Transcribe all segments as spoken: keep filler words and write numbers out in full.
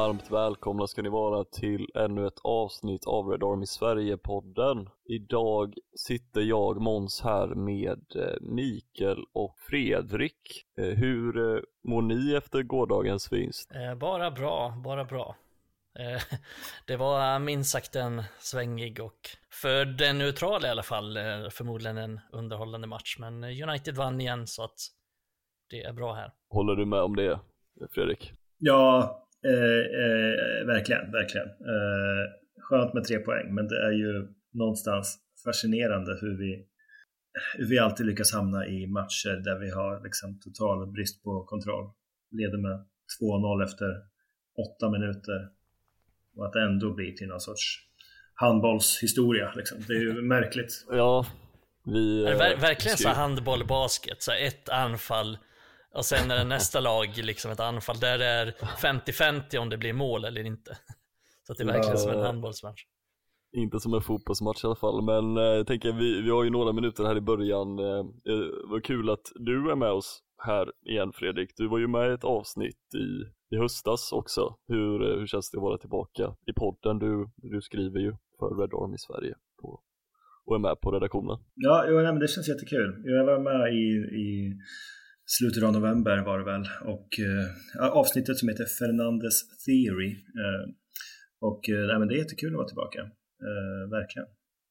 Varmt välkomna ska ni vara till ännu ett avsnitt av Red Army Sverige-podden. Idag sitter jag, Måns, här med Mikael och Fredrik. Hur mår ni efter gårdagens vinst? Eh, bara bra, bara bra. Eh, det var minst sagt en svängig och för den neutrala i alla fall eh, förmodligen en underhållande match. Men United vann igen så att det är bra här. Håller du med om det, Fredrik? Ja, eh, eh, verkligen, verkligen. Eh, skönt med tre poäng, men det är ju någonstans fascinerande hur vi, hur vi alltid lyckas hamna i matcher där vi har liksom total brist på kontroll. Leder med två noll efter åtta minuter och att det ändå blir till någon sorts handbollshistoria. Liksom. Det är ju märkligt. Ja, vi... Är det ver- verkligen så handboll, basket, så ett anfall och sen är det nästa lag liksom ett anfall där det är femtio femtio om det blir mål eller inte. Så att det är verkligen ja, som en handbollsmatch. Inte som en fotbollsmatch i alla fall, men eh, jag tänker vi, vi har ju några minuter här i början. Eh, det var kul att du är med oss här igen, Fredrik. Du var ju med i ett avsnitt i, i höstas också. Hur, hur känns det att vara tillbaka i podden? Du, du skriver ju för Red Army Sverige på, och är med på redaktionen. Ja, jo, nej, men det känns jättekul. Jag var med i, i slutet av november var det väl. Och eh, avsnittet som heter Fernandes Theory. Eh, och eh, nej, men det är jättekul att vara tillbaka. Eh, verkligen.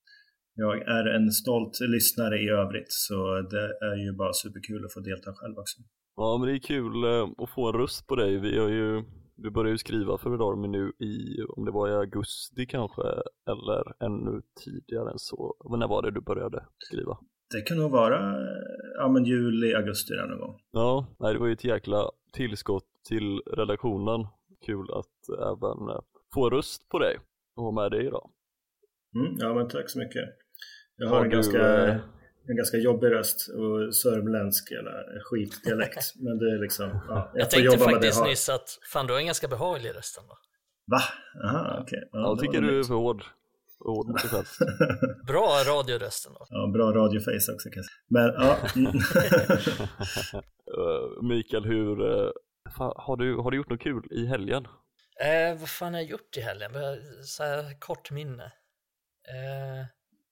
Jag är en stolt lyssnare i övrigt, så det är ju bara superkul att få delta själv också. Ja, men det är kul eh, att få en röst på dig. Vi har ju vi började ju skriva för Red Army nu i, om det var i augusti kanske, eller ännu tidigare än så. Men när var det du började skriva? Det kan nog vara ja, men juli, augusti där någon gång. Ja, nej, det var ju ett jäkla tillskott till redaktionen. Kul att även eh, få röst på dig och ha med dig idag. Mm, ja, men tack så mycket. Jag har, har en, du, ganska, äh... en ganska jobbig röst och sörmländsk eller skitdialekt. Men det är liksom, ja, jag, jag tänkte faktiskt nyss att fan, du har en ganska behaglig röst ändå. Va? Aha, okej. Okay. Ja, jag tycker du är för hård. För hård mot dig själv. Bra radiorösten då. Ja, bra radioface också kanske. Men ja. uh, Mikael, hur uh, fan, har, du, har du gjort något kul i helgen? Eh, vad fan har jag gjort i helgen? Så här kort minne. Eh,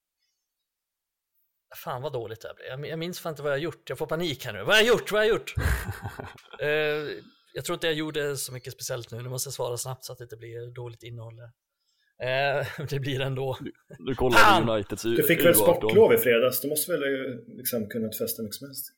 fan vad dåligt det här blir. Jag, jag minns fan inte vad jag har gjort. Jag får panik här nu. Vad har jag gjort? Vad har jag gjort? eh, jag tror inte jag gjorde så mycket speciellt nu. Nu måste jag svara snabbt så att det inte blir dåligt innehåll. Eh, det blir ändå. Du, du kollade Uniteds U- Du fick väl sportlov i fredags? Du måste väl liksom kunna festa mycket som helst?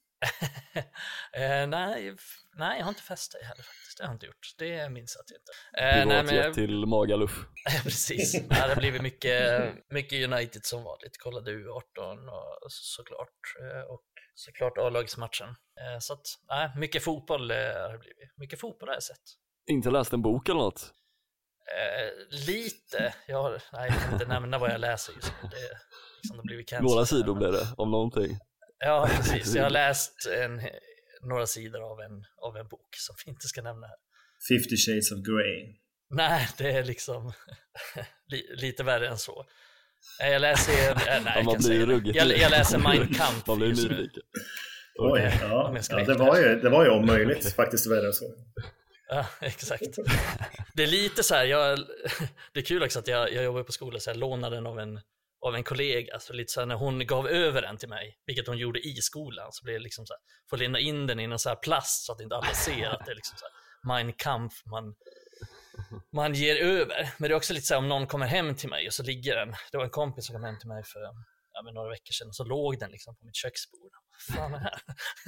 eh, nej, nej, jag har inte festat heller faktiskt. Det har jag inte gjort. Det minns jag inte. Eh, du var nej, men... till Magaluf. Precis. Det har blivit mycket, mycket United som vanligt. Kollade U arton och såklart. Och såklart A-lagsmatchen. Så att, nej, mycket fotboll har det blivit. Mycket fotboll har jag sett. Inte läst en bok eller något? Eh, lite. Jag, har, nej, jag kan inte nämna vad jag läser just nu. Det, liksom, det blivit några sidor blir det, om någonting. Ja, precis. Jag har läst en, några sidor av en, av en bok som vi inte ska nämna här. Fifty Shades of Grey. Nej, det är liksom li, lite värre än så. Jag läser, äh, nej, jag, kan säga jag, jag läser Mein Kampf man blir just nu. Oj, ja, ja det, var ju, det var ju om möjligt faktiskt värre än så. Ja, exakt. Det är lite så här, jag, det är kul också att jag, jag jobbar på skolan så jag lånade den av en av en kollega, så lite så här, när hon gav över den till mig, vilket hon gjorde i skolan, så blev det liksom så här, får lämna in den i en så här plast så att inte alla ser att det är liksom så här Mein Kampf man man ger över. Men det är också lite så här, om någon kommer hem till mig och så ligger den, det var en kompis som kom hem till mig för ja, men några veckor sedan, så låg den liksom på mitt köksbord. Vad fan är det här?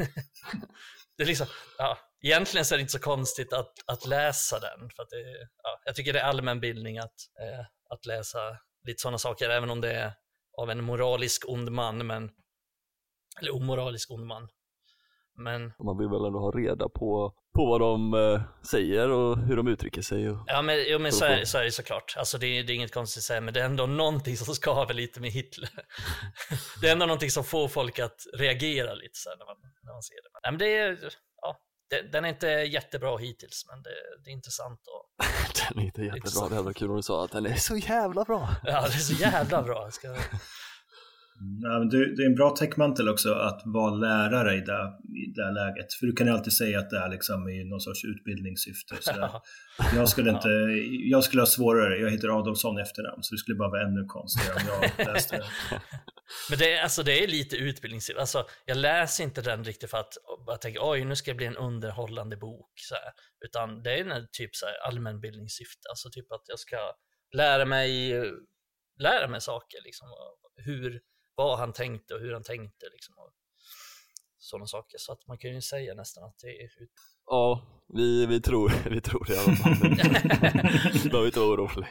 Det är liksom, ja, egentligen så är det inte så konstigt att, att läsa den, för att det, ja, jag tycker det är allmänbildning att, eh, att läsa lite sådana saker, även om det är av en moralisk ond man, men eller omoralisk ond man. Men man vill väl ändå ha reda på, på vad de eh, säger och hur de uttrycker sig. Och... Ja, men, ja, men så, är, så är det såklart. Alltså, det, är, det är inget konstigt att säga, men det är ändå någonting som skaver lite med Hitler. Det är ändå någonting som får folk att reagera lite så här, när, man, när man ser det. Nej, men det är, ja, det, den är inte jättebra hittills, men det, det är intressant. Och, den är inte jättebra, det var kul om du sa att den är så jävla bra. Ja, det är så jävla bra. Jag ska... Ja, men det, det är en bra täckmantel också att vara lärare i det, i det läget. För du kan ju alltid säga att det är liksom i någon sorts utbildningssyfte. Så jag, skulle inte, jag skulle ha svårare, jag heter Adolfsson i efternamn, så det skulle bara vara ännu konstigare om jag läste det. Men det är, alltså, det är lite utbildningssyfte. Alltså, jag läser inte den riktigt för att jag tänker, oj, nu ska det bli en underhållande bok. Så här. Utan det är en typ så här, allmänbildningssyfte. Alltså typ att jag ska lära mig, lära mig saker. Liksom, hur, vad han tänkte och hur han tänkte. Liksom, och sådana saker. Så att man kan ju säga nästan att det är ut. Ja, vi, vi, tror, vi tror det i alla fall. Då är vi inte oroliga.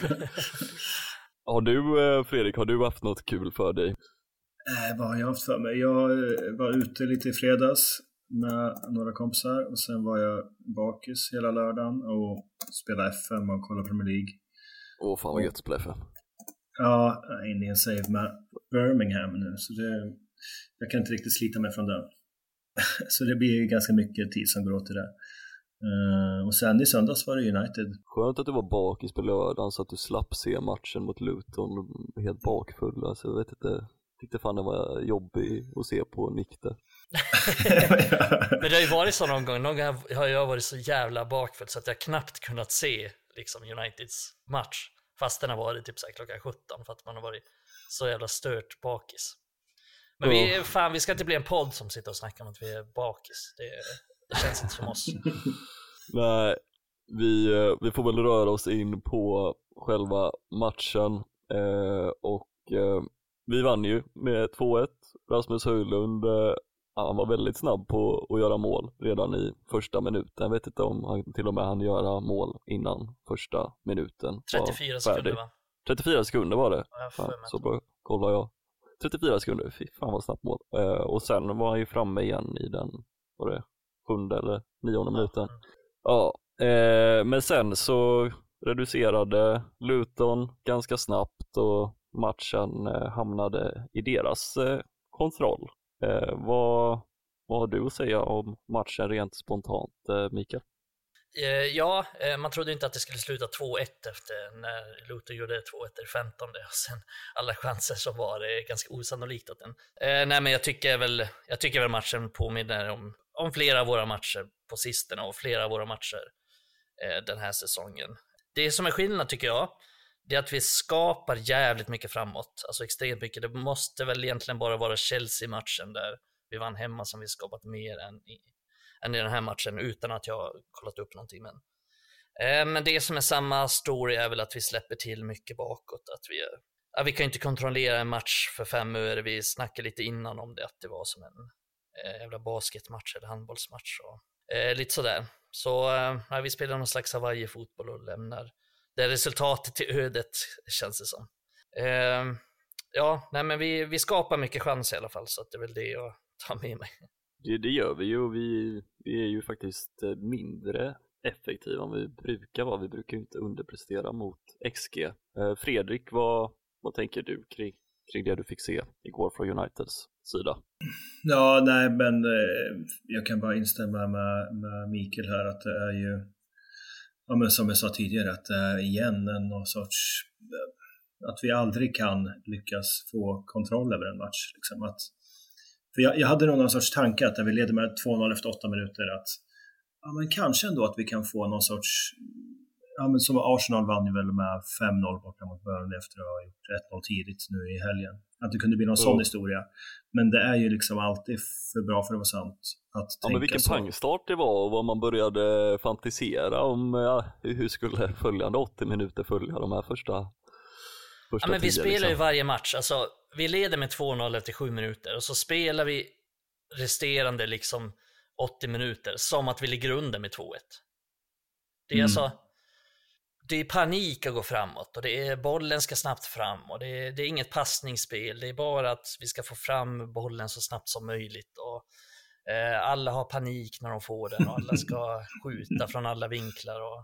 Har du, Fredrik, har du haft något kul för dig? Äh, vad har jag haft för mig? Jag var ute lite i fredags med några kompisar och sen var jag bakis hela lördagen och spelade F M och kollade Premier League. Åh, fan vad gött att spela F M. Ja, in i en save med Birmingham nu, så det, jag kan inte riktigt slita mig från den. Så det blir ju ganska mycket tid som går åt till det. Uh, och sen i söndags var det United. Skönt att du var bakis på lördagen så att du slapp se matchen mot Luton helt bakfull. Alltså, jag vet inte, tyckte fan det var jobbig att se på nykter. Men det har ju varit så någon gång. Någon gång har jag varit så jävla bakfull så att jag knappt kunnat se liksom, Uniteds match. Fast den har varit typ så här klockan sjutton för att man har varit så jävla stört bakis. Men vi, fan, vi ska inte bli en podd som sitter och snackar om att vi är bakis. Det, det känns inte som oss. Nej, vi, vi får väl röra oss in på själva matchen. Eh, och eh, vi vann ju med två ett. Rasmus Höjlund, eh, han var väldigt snabb på att göra mål redan i första minuten. Jag vet inte om han till och med hann göra mål innan första minuten. trettiofyra sekunder, va? trettiofyra sekunder var det. Ja, fan, så bra, kollar jag. trettiofyra sekunder, fy fan vad snabbt mål. Eh, och sen var han ju framme igen i den, var det sjunde eller nionde minuten. Ja, eh, men sen så reducerade Luton ganska snabbt och matchen eh, hamnade i deras eh, kontroll. Eh, vad, vad har du att säga om matchen rent spontant, eh, Mikael? Ja, man trodde inte att det skulle sluta två ett efter när Luton gjorde två ett i femtonde och sen alla chanser som var, det är ganska osannolikt att den. Eh, nej men jag tycker väl jag tycker väl matchen påminner om, om flera av våra matcher på sistone och flera av våra matcher eh, den här säsongen. Det som är skillnad tycker jag, det är att vi skapar jävligt mycket framåt, alltså extremt mycket. Det måste väl egentligen bara vara Chelsea-matchen där vi vann hemma som vi skapat mer än i än i den här matchen utan att jag har kollat upp någonting. Men, eh, men det som är samma story är väl att vi släpper till mycket bakåt. Att vi, ja, vi kan inte kontrollera en match för fem öre. Vi snackade lite innan om det, att det var som en eh, jävla basketmatch eller handbollsmatch. Och, eh, lite sådär. Så eh, vi spelar någon slags Hawaii-fotboll och lämnar det resultatet till ödet, känns det som. Eh, ja, nej, men vi, vi skapar mycket chans i alla fall, så att det är väl det jag tar med mig. Det, det gör vi ju. Vi, vi är ju faktiskt mindre effektiva än vi brukar vara. Vi brukar ju inte underprestera mot X G. Eh, Fredrik, vad, vad tänker du kring, kring det du fick se igår från Uniteds sida? Ja, nej, men eh, jag kan bara instämma med, med Mikael här att det är ju, ja, men som jag sa tidigare, att det är igen en någon sorts, att vi aldrig kan lyckas få kontroll över en match. Liksom att För jag, jag hade någon sorts tanke att när vi leder med två noll efter åtta minuter att ja, men kanske ändå att vi kan få någon sorts, ja, men som Arsenal vann ju väl med fem noll borta mot Burnley efter att ha gjort ett noll tidigt nu i helgen. Att det kunde bli någon mm. sån historia. Men det är ju liksom alltid för bra för att vara sant att ja, men vilken så. Pangstart det var och vad man började fantisera om, ja, hur skulle följande åttio minuter följa de här första Ja, men vi spelar liksom. ju varje match, alltså vi leder med två noll efter sju minuter och så spelar vi resterande liksom åttio minuter som att vi ligger under med två ett. Det är mm. alltså det är panik att gå framåt och det är, bollen ska snabbt fram och det är, det är inget passningsspel, det är bara att vi ska få fram bollen så snabbt som möjligt och eh, alla har panik när de får den och alla ska skjuta från alla vinklar och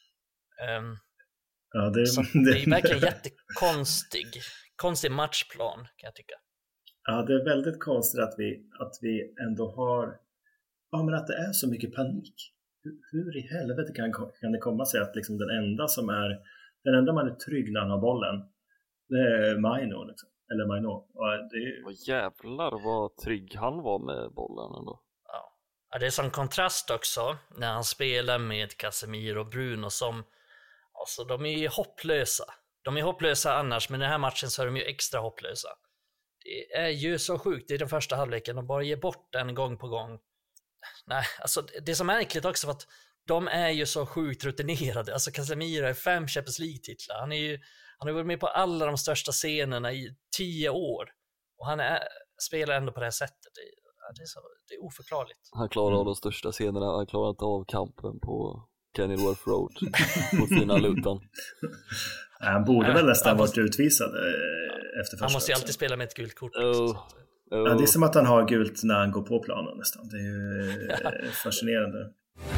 ehm, ja, det, så det, det är verkligen jättekonstig konstig matchplan kan jag tycka. Ja, det är väldigt konstigt att vi, att vi ändå har, ja, men att det är så mycket panik. Hur, hur i helvete kan, kan det komma sig att liksom den enda som är den enda man är trygg när han har bollen Det är Maino liksom. Eller Maino. Ja, det är... Vad jävlar vad trygg han var med bollen ändå. Ja. Ja, det är som kontrast också när han spelar med Casemiro och Bruno som, alltså de är ju hopplösa. De är hopplösa annars, men i den här matchen så är de ju extra hopplösa. Det är ju så sjukt i den första halvleken, de bara ger bort den gång på gång. Nej, alltså det är så märkligt också för att de är ju så sjukt rutinerade. Alltså Casemiro är fem Champions League-titlar. Han är ju, han har varit med på alla de största scenerna i tio år. Och han är, spelar ändå på det här sättet. Det, det, är, så, det är oförklarligt. Han klarar av de största scenerna. Han klarar inte av kampen på Kenilworth Road mot sina Luton. Han borde väl nästan han varit måste, utvisad efter första. Han måste ju alltid spela med ett gult kort. Liksom, Oh. Oh. Ja, det är som att han har gult när han går på planen nästan. Det är ju fascinerande.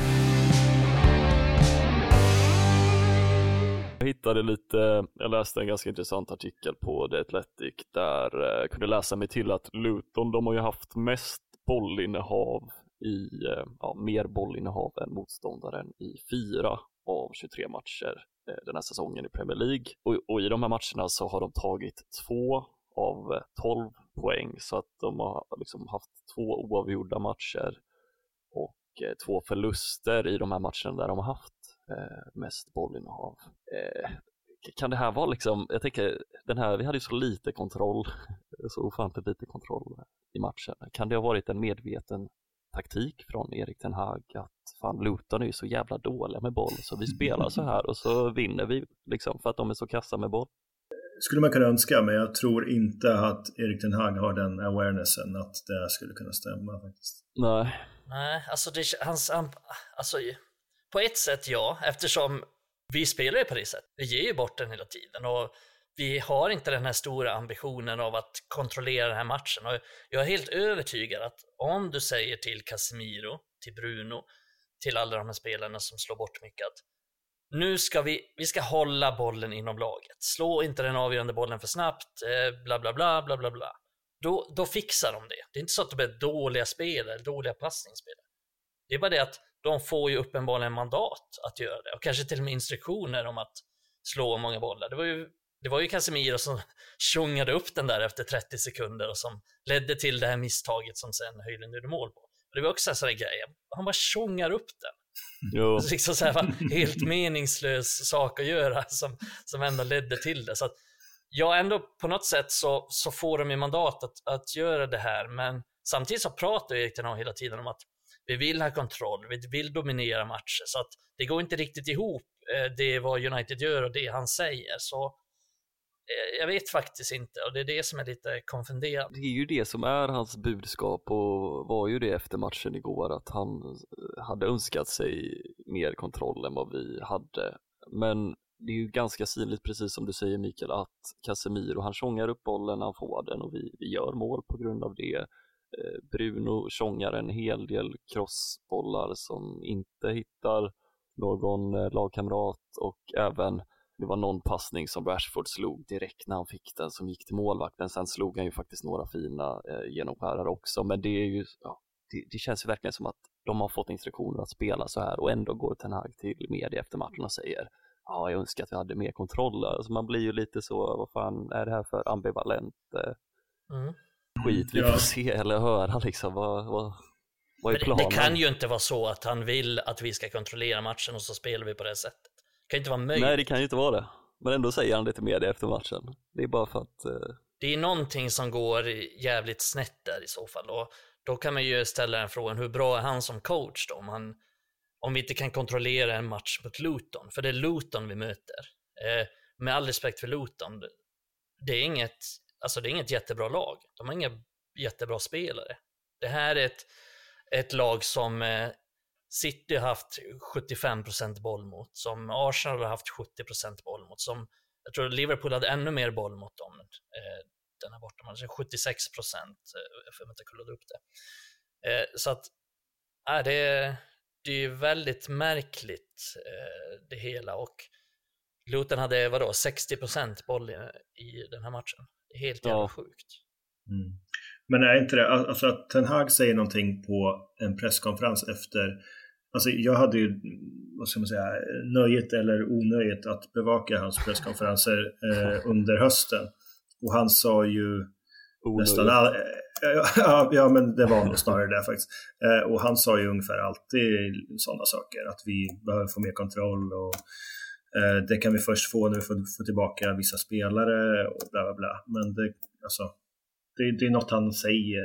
Jag hittade lite, jag läste en ganska intressant artikel på The Athletic där jag kunde läsa mig till att Luton, de har ju haft mest bollinnehav i, ja, mer bollinnehav än motståndaren i fyra av tjugotre matcher den här säsongen i Premier League. Och, och i de här matcherna så har de tagit två av tolv poäng, så att de har liksom haft två oavgjorda matcher och eh, två förluster i de här matcherna där de har haft eh, mest bollinnehav. Eh, kan det här vara liksom, jag tänker, den här, vi hade ju så lite kontroll, så ofantligt lite kontroll i matchen. Kan det ha varit en medveten taktik från Erik ten Hag att fan, Luton är ju så jävla dåliga med boll så vi spelar så här och så vinner vi liksom för att de är så kassa med boll? Skulle man kunna önska, men jag tror inte att Erik ten Hag har den awarenessen att det skulle kunna stämma faktiskt. Nej. Nej, alltså det hans han, alltså på ett sätt ja, eftersom vi spelar ju på det sättet. Vi ger ju bort den hela tiden och vi har inte den här stora ambitionen av att kontrollera den här matchen. Och jag är helt övertygad att om du säger till Casemiro, till Bruno, till alla de här spelarna som slår bort mycket att nu ska vi, vi ska hålla bollen inom laget. Slå inte den avgörande bollen för snabbt, eh, bla bla bla bla bla bla. Då, då fixar de det. Det är inte så att de är dåliga spelare, dåliga passningsspelare. Det är bara det att de får ju uppenbarligen mandat att göra det. Och kanske till och med instruktioner om att slå många bollar. Det var ju, det var ju Casemiro som tjongade upp den där efter trettio sekunder och som ledde till det här misstaget som sen Højlund gjorde mål på. Och det var också en sån här grej. Han bara tjongar upp den. Jo. Det liksom så här, helt meningslös sak att göra som, som ändå ledde till det. Så att ja, ändå på något sätt så, så får de ju mandat att, att göra det här. Men samtidigt så pratar Erik ten Hag hela tiden om att vi vill ha kontroll, vi vill dominera matcher. Så att det går inte riktigt ihop det vad United gör och det han säger. Så jag vet faktiskt inte, och det är det som är lite konfunderande. Det är ju det som är hans budskap och var ju det efter matchen igår att han hade önskat sig mer kontroll än vad vi hade. Men det är ju ganska synligt, precis som du säger Mikael, att Casemiro, han tjongar upp bollen, han får den och vi, vi gör mål på grund av det. Bruno tjongar en hel del crossbollar som inte hittar någon lagkamrat och även det var någon passning som Rashford slog direkt när han fick den som gick till målvakten. Sen slog han ju faktiskt några fina eh, genomskärare också. Men det är ju, ja, det, det känns ju verkligen som att de har fått instruktioner att spela så här och ändå går ten Hag till media efter matchen och säger ja, jag önskar att vi hade mer kontroll. Alltså man blir ju lite så, vad fan är det här för ambivalent eh, mm. skit vi ja. får se eller höra liksom, vad, vad, vad är det, planen? Det kan ju inte vara så att han vill att vi ska kontrollera matchen och så spelar vi på det sättet. Det kan inte vara möjligt. Nej, det kan ju inte vara det. Men ändå säger han lite mer efter matchen. Det är bara för att... Uh... Det är någonting som går jävligt snett där i så fall. Och då kan man ju ställa den frågan, hur bra är han som coach då? Om, han, om vi inte kan kontrollera en match mot Luton. För det är Luton vi möter. Eh, med all respekt för Luton. Det är inget, alltså det är inget jättebra lag. De har inga jättebra spelare. Det här är ett, ett lag som... Eh, City har haft sjuttiofem procent boll mot, som Arsenal har haft sjuttio procent boll mot, som jag tror Liverpool hade ännu mer boll mot dem eh, den här borta, man hade sjuttiosex procent eh, för att jag kollade upp det. Eh, så att äh, det, är, det är väldigt märkligt eh, det hela, och Luton hade vadå, sextio procent boll i, i den här matchen. Det är helt jävla ja. sjukt. Mm. Men är inte det, alltså att ten Hag säger någonting på en presskonferens efter alltså jag hade ju, vad ska man säga, nöjet eller onöjet att bevaka hans presskonferenser eh, under hösten. Och han sa ju onöjet. nästan all, ja, ja, men det var nog snarare det faktiskt. Eh, och han sa ju ungefär alltid sådana saker, att vi behöver få mer kontroll och eh, det kan vi först få när vi får, får tillbaka vissa spelare och bla bla bla. Men det, alltså, det, det är något han säger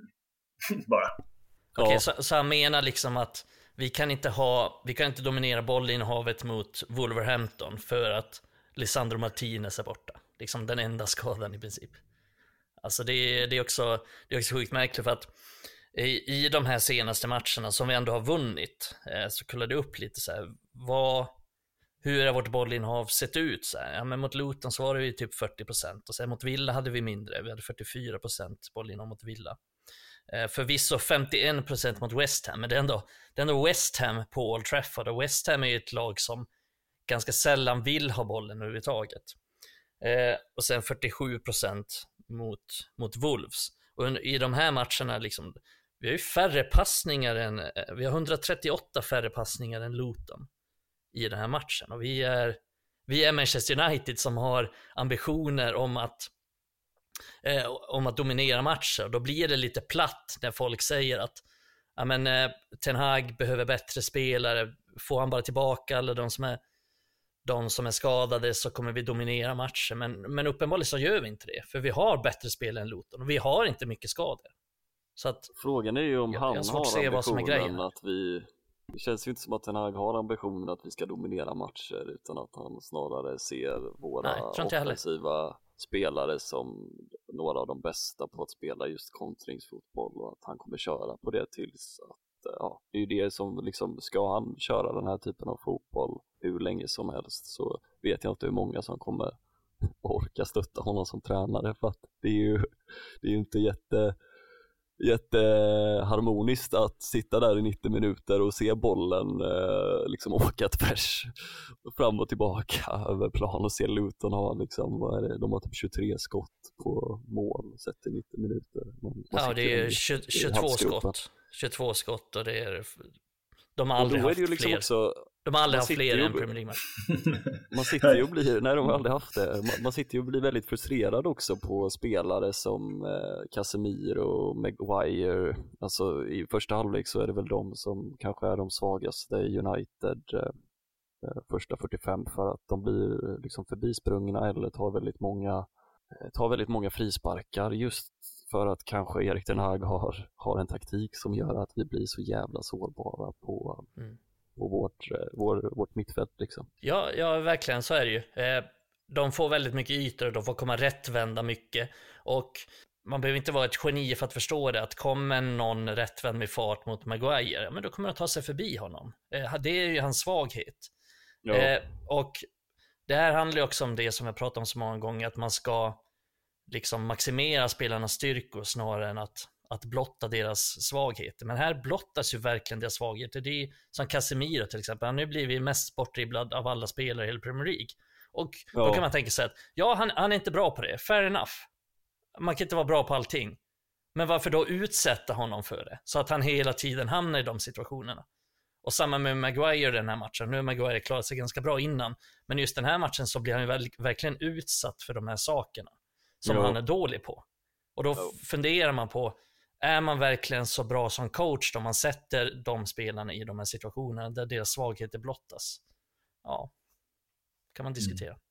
bara. Okej, okay, så, så han menar liksom att vi kan inte ha, vi kan inte dominera bollinnehavet mot Wolverhampton för att Lisandro Martinez är borta. Liksom den enda skadan i princip. Alltså det är, det är också det är också sjukt märkligt, för att i, i de här senaste matcherna som vi ändå har vunnit eh, så kollade jag upp lite så här, vad, hur har vårt bollinnehav sett ut så här? Ja, men mot Luton så var det ju typ fyrtio procent och sen mot Villa hade vi mindre, vi hade fyrtiofyra procent bollinnehav mot Villa. Eh, förvisso femtioen procent mot West Ham, men det är ändå, det är ändå West Ham på Old Trafford, och West Ham är ju ett lag som ganska sällan vill ha bollen överhuvudtaget. Eh, och sen fyrtiosju procent mot, mot Wolves. Och i de här matcherna liksom, vi har ju färre passningar än, vi har hundratrettioåtta färre passningar än Luton i den här matchen, och vi är, vi är Manchester United som har ambitioner om att eh, om att dominera matcher, och då blir det lite platt när folk säger att ja, men, eh, Ten Hag behöver bättre spelare, får han bara tillbaka alla de som är de som är skadade så kommer vi dominera matcher, men, men uppenbarligen så gör vi inte det, för vi har bättre spel än Luton och vi har inte mycket skador. Så att, frågan är ju om jag, han jag har ambitionen att vi, det känns ju inte som att Ten Hag har ambitionen att vi ska dominera matcher, utan att han snarare ser våra Nej, offensiva spelare som några av de bästa på att spela just kontringsfotboll, och att han kommer köra på det tills att, ja, det är ju det som liksom, ska han köra den här typen av fotboll hur länge som helst, så vet jag inte hur många som kommer orka stötta honom som tränare, för att det är ju, det är ju inte jätte jätteharmoniskt att sitta där i nittio minuter och se bollen eh, liksom åka tvärs fram och tillbaka över plan och se Luton ha liksom, vad är det, de har typ tjugotre skott på mål sett i nittio minuter. Man, man ja, det är tjugo, tjugotvå skott tjugotvå skott, och det är de har aldrig haft liksom fler också, de har aldrig haft fler än Premier League. Man sitter ju och blir, nej de har aldrig haft det, man, man sitter ju och blir väldigt frustrerad också på spelare som eh, Casemiro och Maguire. Alltså i första halvlek så är det väl de som kanske är de svagaste i United eh, första fyrtiofem, för att de blir liksom förbisprungna eller tar väldigt många tar väldigt många frisparkar, just för att kanske Erik Ten Hag har, har en taktik som gör att vi blir så jävla sårbara på, mm. på vårt, vår, vårt mittfält liksom. Ja, ja, verkligen så är det ju. Eh, de får väldigt mycket ytor och de får komma rättvända mycket, och man behöver inte vara ett geni för att förstå det, att kommer någon rättvänd med fart mot Maguire, ja, men då kommer de ta sig förbi honom. Eh, det är ju hans svaghet. Ja. Eh, och det här handlar ju också om det som jag pratat om så många gånger, att man ska liksom maximera spelarnas styrkor snarare än att, att blotta deras svagheter. Men här blottas ju verkligen deras svagheter. Det är som Casemiro till exempel. Han har nu blivit mest bortdribblad av alla spelare i hela Premier League. Och ja. Då kan man tänka sig att ja, han, han är inte bra på det. Fair enough. Man kan inte vara bra på allting. Men varför då utsätta honom för det? Så att han hela tiden hamnar i de situationerna. Och samma med Maguire den här matchen. Nu har Maguire klarat sig ganska bra innan, men just den här matchen så blir han ju väl, verkligen utsatt för de här sakerna som jo. han är dålig på. Och då jo. funderar man på, är man verkligen så bra som coach då man sätter de spelarna i de här situationerna där deras svagheter blottas? Ja, kan man diskutera. Mm.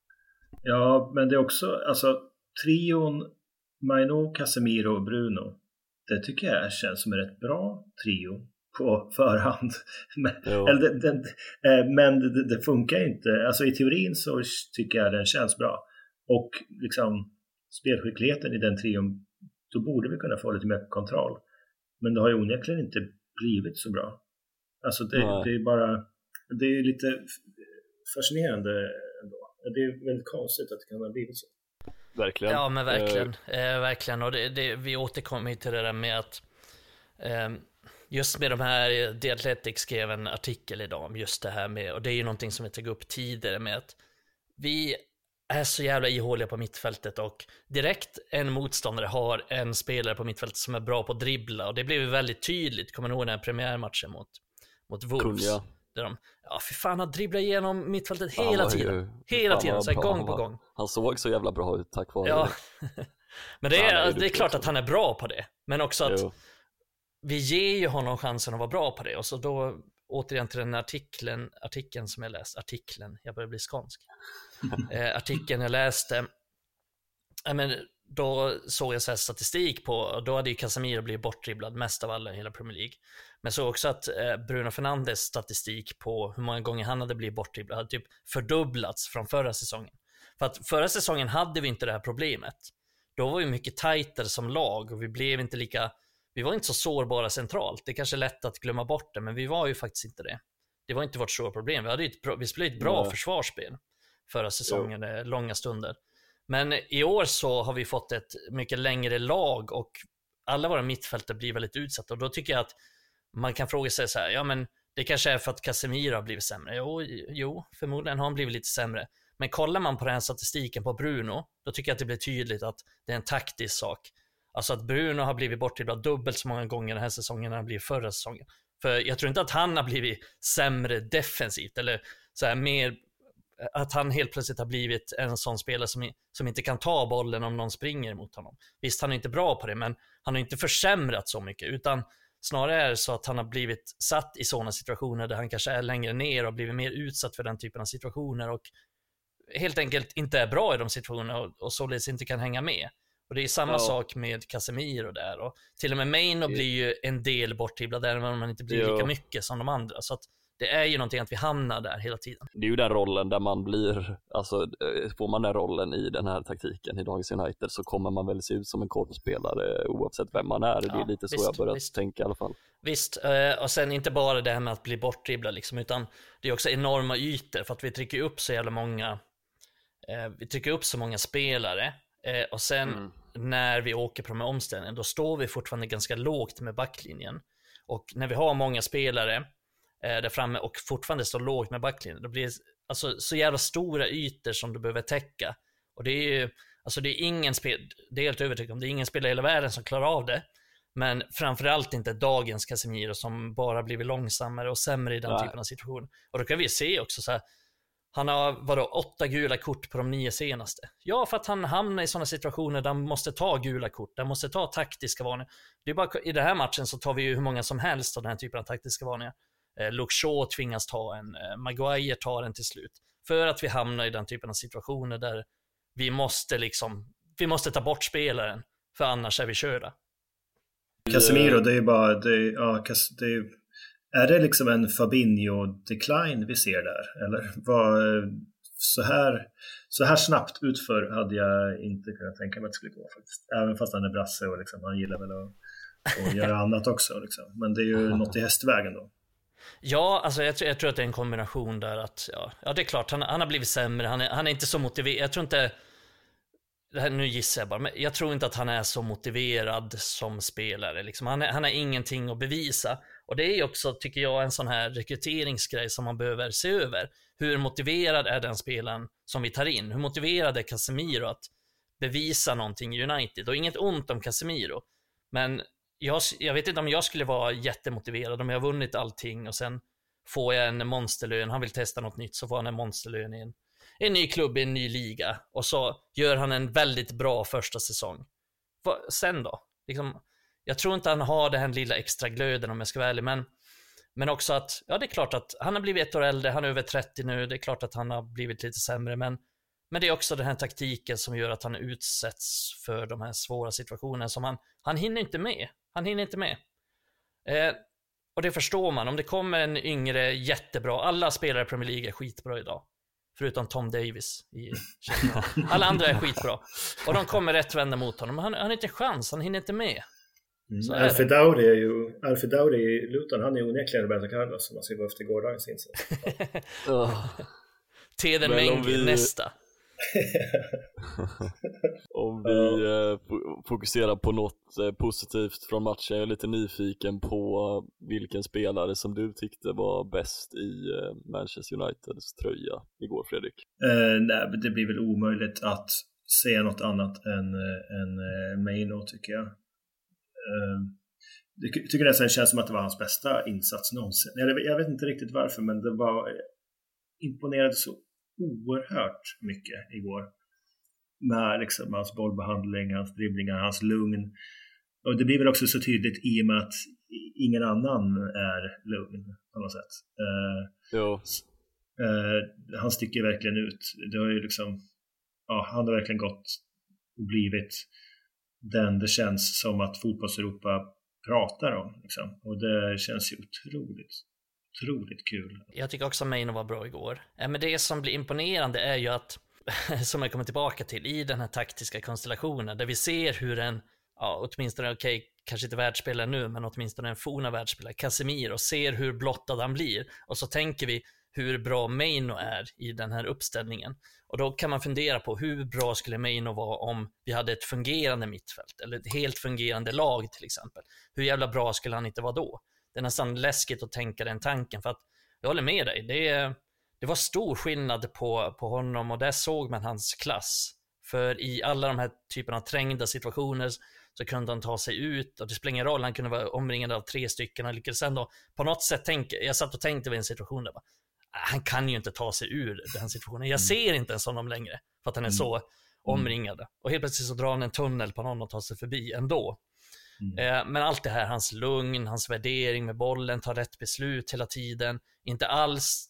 Ja, men det är också, alltså trion Maino, Casemiro och Bruno, det tycker jag känns som en rätt bra trio på förhand. Men, eller det, det, men det, det funkar inte. Alltså i teorin så tycker jag den känns bra. Och liksom spelskickligheten i den trion, då borde vi kunna få lite mer kontroll. Men det har ju onekligen inte blivit så bra. Alltså det, det är bara, det är lite fascinerande ändå. Det är väldigt konstigt att det kan ha blivit så. Verkligen. Ja, men verkligen. Eh, verkligen. Och det, det, vi återkommer till det där med att eh, just med de här, The Athletic skrev en artikel idag om just det här med, och det är ju någonting som vi tog upp tidigare med att vi är så jävla ihåliga på mittfältet, och direkt en motståndare har en spelare på mittfältet som är bra på att dribbla, och det blev väldigt tydligt, kommer ni ihåg den här premiärmatchen mot, mot Wolves. Kunja. Där de, ja för fan, han dribblar igenom mittfältet Han hela var ju- tiden. Hela fan, tiden, vad så här, bra gång han på var. gång. Han såg så jävla bra ut tack vare Ja. det. Men det Han är är, ju det är duktig klart också. att han är bra på det. Men också att Jo. vi ger ju honom chansen att vara bra på det. Och så då återigen till den artikeln, artikeln som jag läste, artikeln, jag börjar bli skånsk. eh, artikeln jag läste, eh, men då såg jag så här statistik på, då hade ju Casemiro blivit bortdribblad mest av alla i hela Premier League. Men så också att eh, Bruno Fernandes statistik på hur många gånger han hade blivit bortdribblad hade typ fördubblats från förra säsongen. För att förra säsongen hade vi inte det här problemet. Då var vi mycket tajtare som lag och vi blev inte lika, vi var inte så sårbara centralt. Det är kanske lätt att glömma bort det, men vi var ju faktiskt inte det. Det var inte vårt stora problem. Vi, hade ett bra, vi spelade ett bra Nej. försvarsspel förra säsongen, jo. långa stunder. Men i år så har vi fått ett mycket längre lag och alla våra mittfältare blir väldigt utsatta. Och då tycker jag att man kan fråga sig så här, ja men det kanske är för att Casemiro har blivit sämre. Jo, jo, förmodligen har han blivit lite sämre. Men kollar man på den här statistiken på Bruno, då tycker jag att det blir tydligt att det är en taktisk sak. Alltså att Bruno har blivit bortdribblad dubbelt så många gånger den här säsongen när han blev förra säsongen. För jag tror inte att han har blivit sämre defensivt eller så här mer, att han helt plötsligt har blivit en sån spelare som, som inte kan ta bollen om någon springer mot honom. Visst, han är inte bra på det, men han har inte försämrat så mycket, utan snarare är det så att han har blivit satt i sådana situationer där han kanske är längre ner och blivit mer utsatt för den typen av situationer och helt enkelt inte är bra i de situationerna och, och således inte kan hänga med. Och det är samma ja. sak med Casemiro där. Och till och med Maino blir ju en del bortdribblad även om man inte blir jo. lika mycket som de andra. Så att det är ju någonting att vi hamnar där hela tiden. Det är ju den rollen där man blir, alltså får man den rollen i den här taktiken i dagens United så kommer man väl se ut som en kortspelare oavsett vem man är. Ja, det är lite så visst, jag börjat visst. tänka i alla fall. Visst, och sen inte bara det här med att bli bortdribblad liksom, utan det är också enorma ytor för att vi trycker upp så jävla många vi trycker upp så många spelare och sen mm. när vi åker på de här omställningarna då står vi fortfarande ganska lågt med backlinjen och när vi har många spelare där framme och fortfarande står lågt med backlinjen då blir det alltså så jävla stora ytor som du behöver täcka och det är ju alltså det är ingen spel, det är helt övertygad om det är ingen spelare i hela världen som klarar av det, men framförallt inte dagens Casemiro som bara blivit långsammare och sämre i den Nej. typen av situationer. Och då kan vi se också så här, han har vadå, åtta gula kort på de nio senaste. Ja, för att han hamnar i sådana situationer där han måste ta gula kort, där han måste ta taktiska varningar. Det är bara, i den här matchen så tar vi ju hur många som helst av den här typen av taktiska varningar. Eh, Luke Shaw tvingas ta en, eh, Maguire tar en till slut. För att vi hamnar i den typen av situationer där vi måste liksom, vi måste ta bort spelaren, för annars är vi körda. Casemiro, det är ju bara, det är, ja, det är ju Är det liksom en Fabinho-decline vi ser där? Eller vad, så, här, så här snabbt utför hade jag inte kunnat tänka mig att det skulle gå faktiskt. Även fast han är brasse och liksom, han gillar väl att, att göra annat också. Liksom. Men det är ju något i hästvägen då. Ja, alltså jag, jag tror att det är en kombination där att, ja, ja det är klart, han, han har blivit sämre, han är, han är inte så motiverad, jag tror inte, det här, nu gissar jag bara, men jag tror inte att han är så motiverad som spelare, liksom. han, är, han har ingenting att bevisa, och det är också, tycker jag, en sån här rekryteringsgrej som man behöver se över. Hur motiverad är den spelaren som vi tar in? Hur motiverad är Casemiro att bevisa någonting i United? Och inget ont om Casemiro, men Jag, jag vet inte om jag skulle vara jättemotiverad om jag har vunnit allting och sen får jag en monsterlön, han vill testa något nytt, så får han en monsterlön i en, en ny klubb i en ny liga och så gör han en väldigt bra första säsong. Va, sen då? Liksom, jag tror inte han har den här lilla extra glöden om jag ska vara ärlig, men, men också att, ja det är klart att han har blivit ett år äldre, han är över trettio nu, det är klart att han har blivit lite sämre, men Men det är också den här taktiken som gör att han utsätts för de här svåra situationerna som han, han hinner inte med. Han hinner inte med. Eh, och det förstår man. Om det kommer en yngre jättebra, alla spelare i Premier League är skitbra idag. Förutom Tom Davis. I alla andra är skitbra. Och de kommer rätt vända mot honom. Han, han har inte en chans, han hinner inte med. Mm. Alfred Dowdy är ju Alfred Dowdy i Luton, han är ju onekligen Roberto Carlos som man ska gå efter gårdagens insats. oh. Teden Mengi vi... nästa. Om vi eh, fokuserar på något eh, positivt från matchen, jag är lite nyfiken på uh, vilken spelare som du tyckte var bäst i uh, Manchester Uniteds tröja igår, Fredrik? Uh, nej, det blir väl omöjligt att säga något annat än, uh, än uh, Maino, tycker jag. Uh, jag tycker nästan det känns som att det var hans bästa insats någonsin. Jag, jag vet inte riktigt varför, men det var imponerade så oerhört mycket igår. Med liksom hans bollbehandling, hans dribblingar, hans lugn. Och det blir väl också så tydligt i och med att ingen annan är lugn på något sätt. Uh, ja. uh, han sticker verkligen ut. Det har ju liksom, ja, han har verkligen gått och blivit den det känns som att fotbolls-Europa pratar om. Liksom. Och det känns ju otroligt, otroligt kul. Jag tycker också att Maino var bra igår. Men det som blir imponerande är ju att, som jag kommer tillbaka till, i den här taktiska konstellationen, där vi ser hur en, ja, åtminstone, okej, okay, kanske inte världsspelare nu, men åtminstone en forna världsspelare, Casemiro, ser hur blottad han blir. Och så tänker vi hur bra Maino är i den här uppställningen. Och då kan man fundera på hur bra skulle Maino vara om vi hade ett fungerande mittfält eller ett helt fungerande lag till exempel. Hur jävla bra skulle han inte vara då? Det är nästan läskigt att tänka den tanken, för att jag håller med dig. Det, det var stor skillnad på, på honom, och där såg man hans klass. För i alla de här typerna av trängda situationer så kunde han ta sig ut, och det spelar ingen roll, han kunde vara omringad av tre stycken. Han lyckades ändå på något sätt tänka, jag satt och tänkte vid en situation där bara, han kan ju inte ta sig ur den situationen. Jag ser inte ens honom längre för att han är så omringad. Och helt plötsligt så drar han en tunnel på någon och tar sig förbi ändå. Mm. Eh, men allt det här, hans lugn, hans värdering med bollen, tar rätt beslut hela tiden. Inte alls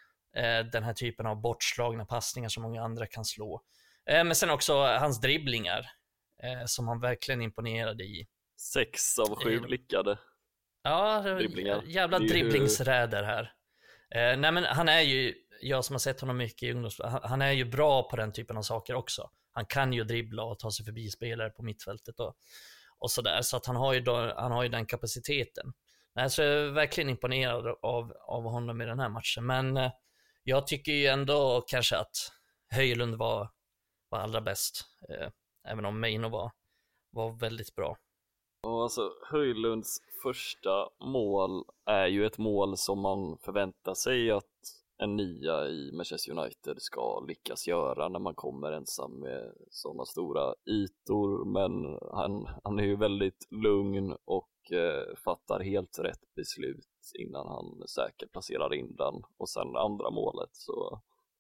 eh, den här typen av bortslagna passningar som många andra kan slå. Eh, men sen också hans dribblingar eh, som han verkligen imponerade i. Sex av sju eh, lyckade. Ja, dribblingar. Jävla dribblingsräder här. Eh, nej men han är ju, jag som har sett honom mycket i ungdoms, han, han är ju bra på den typen av saker också. Han kan ju dribbla och ta sig förbi spelare på mittfältet och, och sådär, så att han har ju, då, han har ju den kapaciteten. Nej, så jag är verkligen imponerad av, av honom i den här matchen, men eh, jag tycker ju ändå kanske att Højlund var, var allra bäst, eh, även om Maino var, var väldigt bra. Och alltså, Højlunds första mål är ju ett mål som man förväntar sig att en nia i Manchester United ska lyckas göra när man kommer ensam med sådana stora ytor. Men han, han är ju väldigt lugn och eh, fattar helt rätt beslut innan han säkert placerar in den. Och sen andra målet så,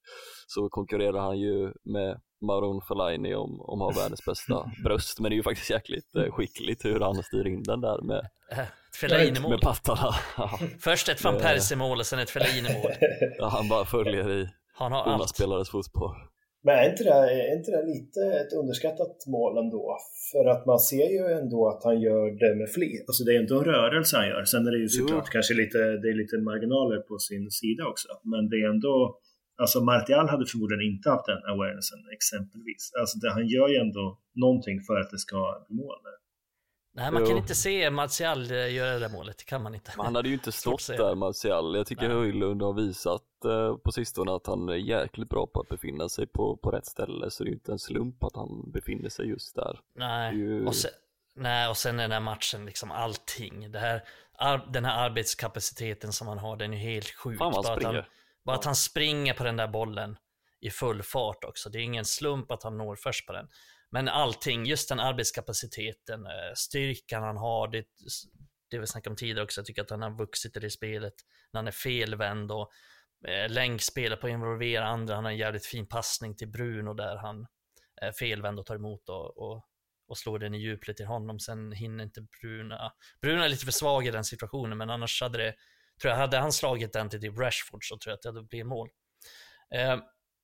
så konkurrerar han ju med Marouane Fellaini om, om att ha världens bästa bröst, men det är ju faktiskt jäkligt eh, skickligt hur han styr in den där med, Fellaini-mål. med pattarna. Först ett Van Persie-mål och sen ett Fellaini-mål. Ja, han bara följer i unga spelares fotspår. Men är inte, det, är inte det lite ett underskattat mål ändå? För att man ser ju ändå att han gör det med flit. Alltså det är inte en rörelse han gör. Sen är det ju såklart jo. kanske lite, det är lite marginaler på sin sida också. Men det är ändå, alltså Martial hade förmodligen inte haft den awarenessen exempelvis. Alltså det, han gör ju ändå någonting för att det ska bli mål där. Nej, man jo. kan inte se Martial göra det målet, det kan man inte. Men han hade ju inte stått där, Martial. Jag tycker Højlund har visat eh, på sistone att han är jäkligt bra på att befinna sig på, på rätt ställe, så det är ju inte en slump att han befinner sig just där. Nej, ju... och, sen, nej och sen den här matchen, liksom allting. Det här, ar- den här arbetskapaciteten som han har, den är helt sjuk. Fan, bara, att han, bara ja. att han springer på den där bollen i full fart också. Det är ingen slump att han når först på den. Men allting, just den arbetskapaciteten, styrkan han har, det, det vi snackade om tidigare också, jag tycker att han har vuxit i det spelet när han är felvänd och eh, längdspelar på att involvera andra. Han har en jävligt fin passning till Bruno där han är felvänd och tar emot och, och, och slår den i djupled till honom. Sen hinner inte Bruno. Bruno är lite för svag i den situationen, men annars hade det, tror jag, hade han slagit den till typ Rashford så tror jag att det hade blivit mål. Eh,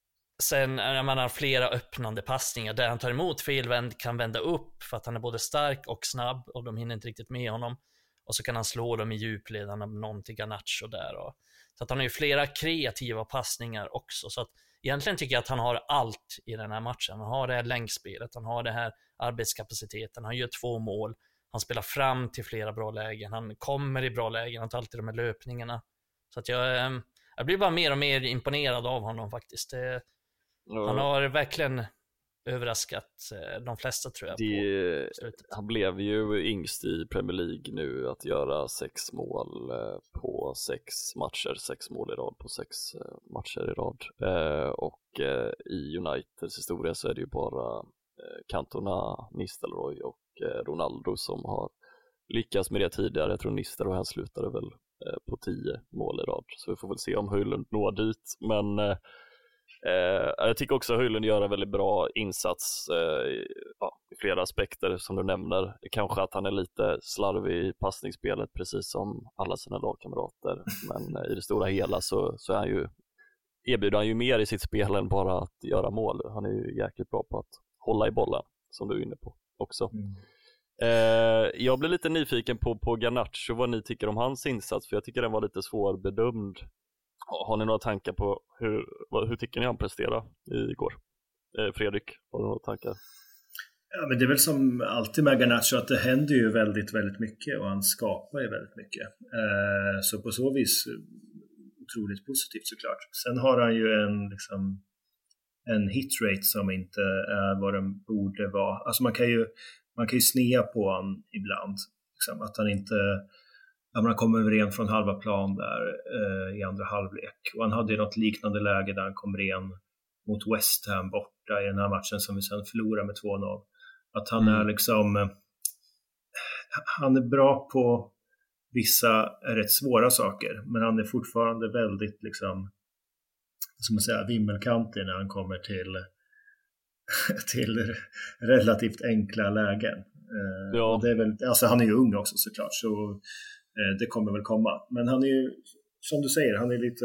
Sen när man har flera öppnande passningar där han tar emot felvänd, kan vända upp för att han är både stark och snabb och de hinner inte riktigt med honom. Och så kan han slå dem i djupled, han har någon till Garnacho där. Och, så att han har ju flera kreativa passningar också. Så att egentligen tycker jag att han har allt i den här matchen. Han har det här längdspelet, han har det här arbetskapaciteten, han gör två mål. Han spelar fram till flera bra lägen, han kommer i bra lägen, han tar alltid de här löpningarna. Så att jag, jag blir bara mer och mer imponerad av honom faktiskt. Det, Ja. Han har verkligen överraskat de flesta, tror jag. Det, han blev ju yngst i Premier League nu att göra sex mål på sex matcher, sex mål i rad på sex matcher i rad. Och i Uniteds historia så är det ju bara Cantona, Nistelrooy och Ronaldo som har lyckats med det tidigare. Jag tror Nister och han slutade väl eh, på tio mål i rad. Så vi får väl se om Höjlund når dit. Men eh, eh, jag tycker också att Höjlund gör en väldigt bra insats eh, i, ja, i flera aspekter som du nämner. Kanske att han är lite slarvig i passningsspelet precis som alla sina lagkamrater. Men eh, i det stora hela så, så är han ju, erbjuder han ju mer i sitt spel än bara att göra mål. Han är ju jäkligt bra på att hålla i bollen, som du är inne på också. Mm. Eh, jag blir lite nyfiken på, på Garnacho, vad ni tycker om hans insats, för jag tycker den var lite svårbedömd. Har ni några tankar på hur, vad, hur tycker ni han presterade igår? Eh, Fredrik, har du några tankar? Ja, men det är väl som alltid med Garnacho att det händer ju väldigt, väldigt mycket och han skapar ju väldigt mycket. Eh, så på så vis otroligt positivt såklart. Sen har han ju en liksom en hitrate som inte är vad den borde vara. Alltså man kan ju man kan ju snea på honom ibland. Liksom, att han inte att man kommer ren från halva plan där eh, i andra halvlek. Och han hade ju något liknande läge där han kom ren mot West Ham borta i den här matchen som vi sen förlorade med två noll. Att han mm. är liksom han är bra på vissa rätt svåra saker, men han är fortfarande väldigt liksom, som man säger, vimmelkantig när han kommer till till relativt enkla lägen. Ja. Och det är väl, alltså han är ju ung också såklart, så eh, det kommer väl komma. Men han är ju, som du säger, han är lite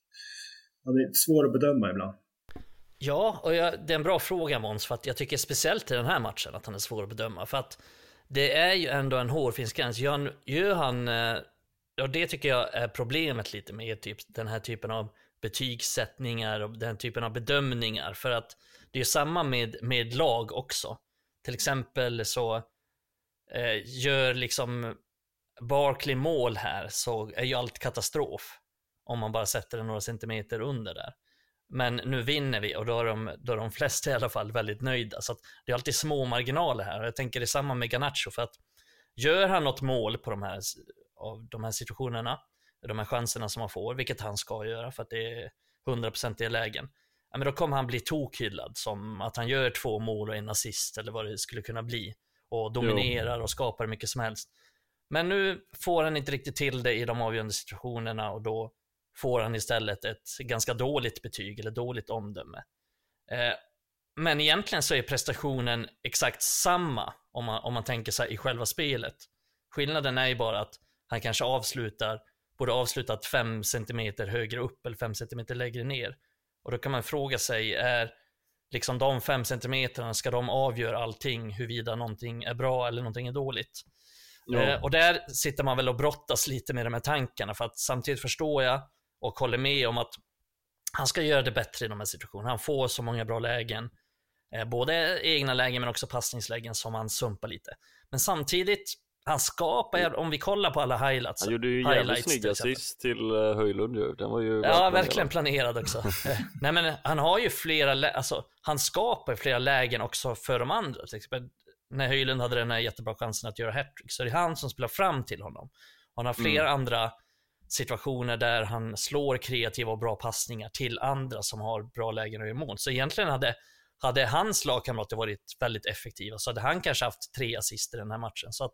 han är svår att bedöma ibland. Ja, och jag, det är en bra fråga, Måns, för att jag tycker speciellt i den här matchen att han är svår att bedöma, för att det är ju ändå en hårfin gräns. Gör, gör han, och det tycker jag är problemet lite med typ, den här typen av betygssättningar och den typen av bedömningar, för att det är samma med, med lag också. Till exempel så eh, gör liksom Barkley mål här, så är ju allt katastrof om man bara sätter den några centimeter under där. Men nu vinner vi och då är de, då är de flesta i alla fall väldigt nöjda. Så att det är alltid små marginaler här. Jag tänker det är samma med Garnacho, för att gör han något mål på de här, av de här situationerna, de här chanserna som han får, vilket han ska göra för att det är hundra procent i lägen, ja, men då kommer han bli tokhyllad som att han gör två mål och en assist eller vad det skulle kunna bli och dominerar och skapar mycket som helst. Men nu får han inte riktigt till det i de avgörande situationerna och då får han istället ett ganska dåligt betyg eller dåligt omdöme. Eh, men egentligen så är prestationen exakt samma om man, om man tänker sig i själva spelet. Skillnaden är ju bara att han kanske avslutar, borde avslutat fem centimeter högre upp eller fem centimeter lägre ner. Och då kan man fråga sig, är liksom de fem centimeterna, ska de avgöra allting, huruvida någonting är bra eller någonting är dåligt? Ja. Eh, och där sitter man väl och brottas lite med de här tankarna, för att samtidigt förstår jag och håller med om att han ska göra det bättre i de här situationerna. Han får så många bra lägen, eh, både egna lägen men också passningslägen som han sumpar lite. Men samtidigt, han skapar, om vi kollar på alla highlights. Han gjorde ju jävligt snygga assist till uh, Höjlund ju. Den var ju ja, verkligen planerad också. Nej, men han har ju flera lä- alltså han skapar flera lägen också för de andra. Till exempel när Höjlund hade den här jättebra chansen att göra hattrick, så det är han som spelar fram till honom. Han har flera mm. andra situationer där han slår kreativa och bra passningar till andra som har bra lägen och gör mål. Så egentligen hade hade hans lagkamrater varit väldigt effektiva, så hade han kanske haft tre assister i den här matchen. Så att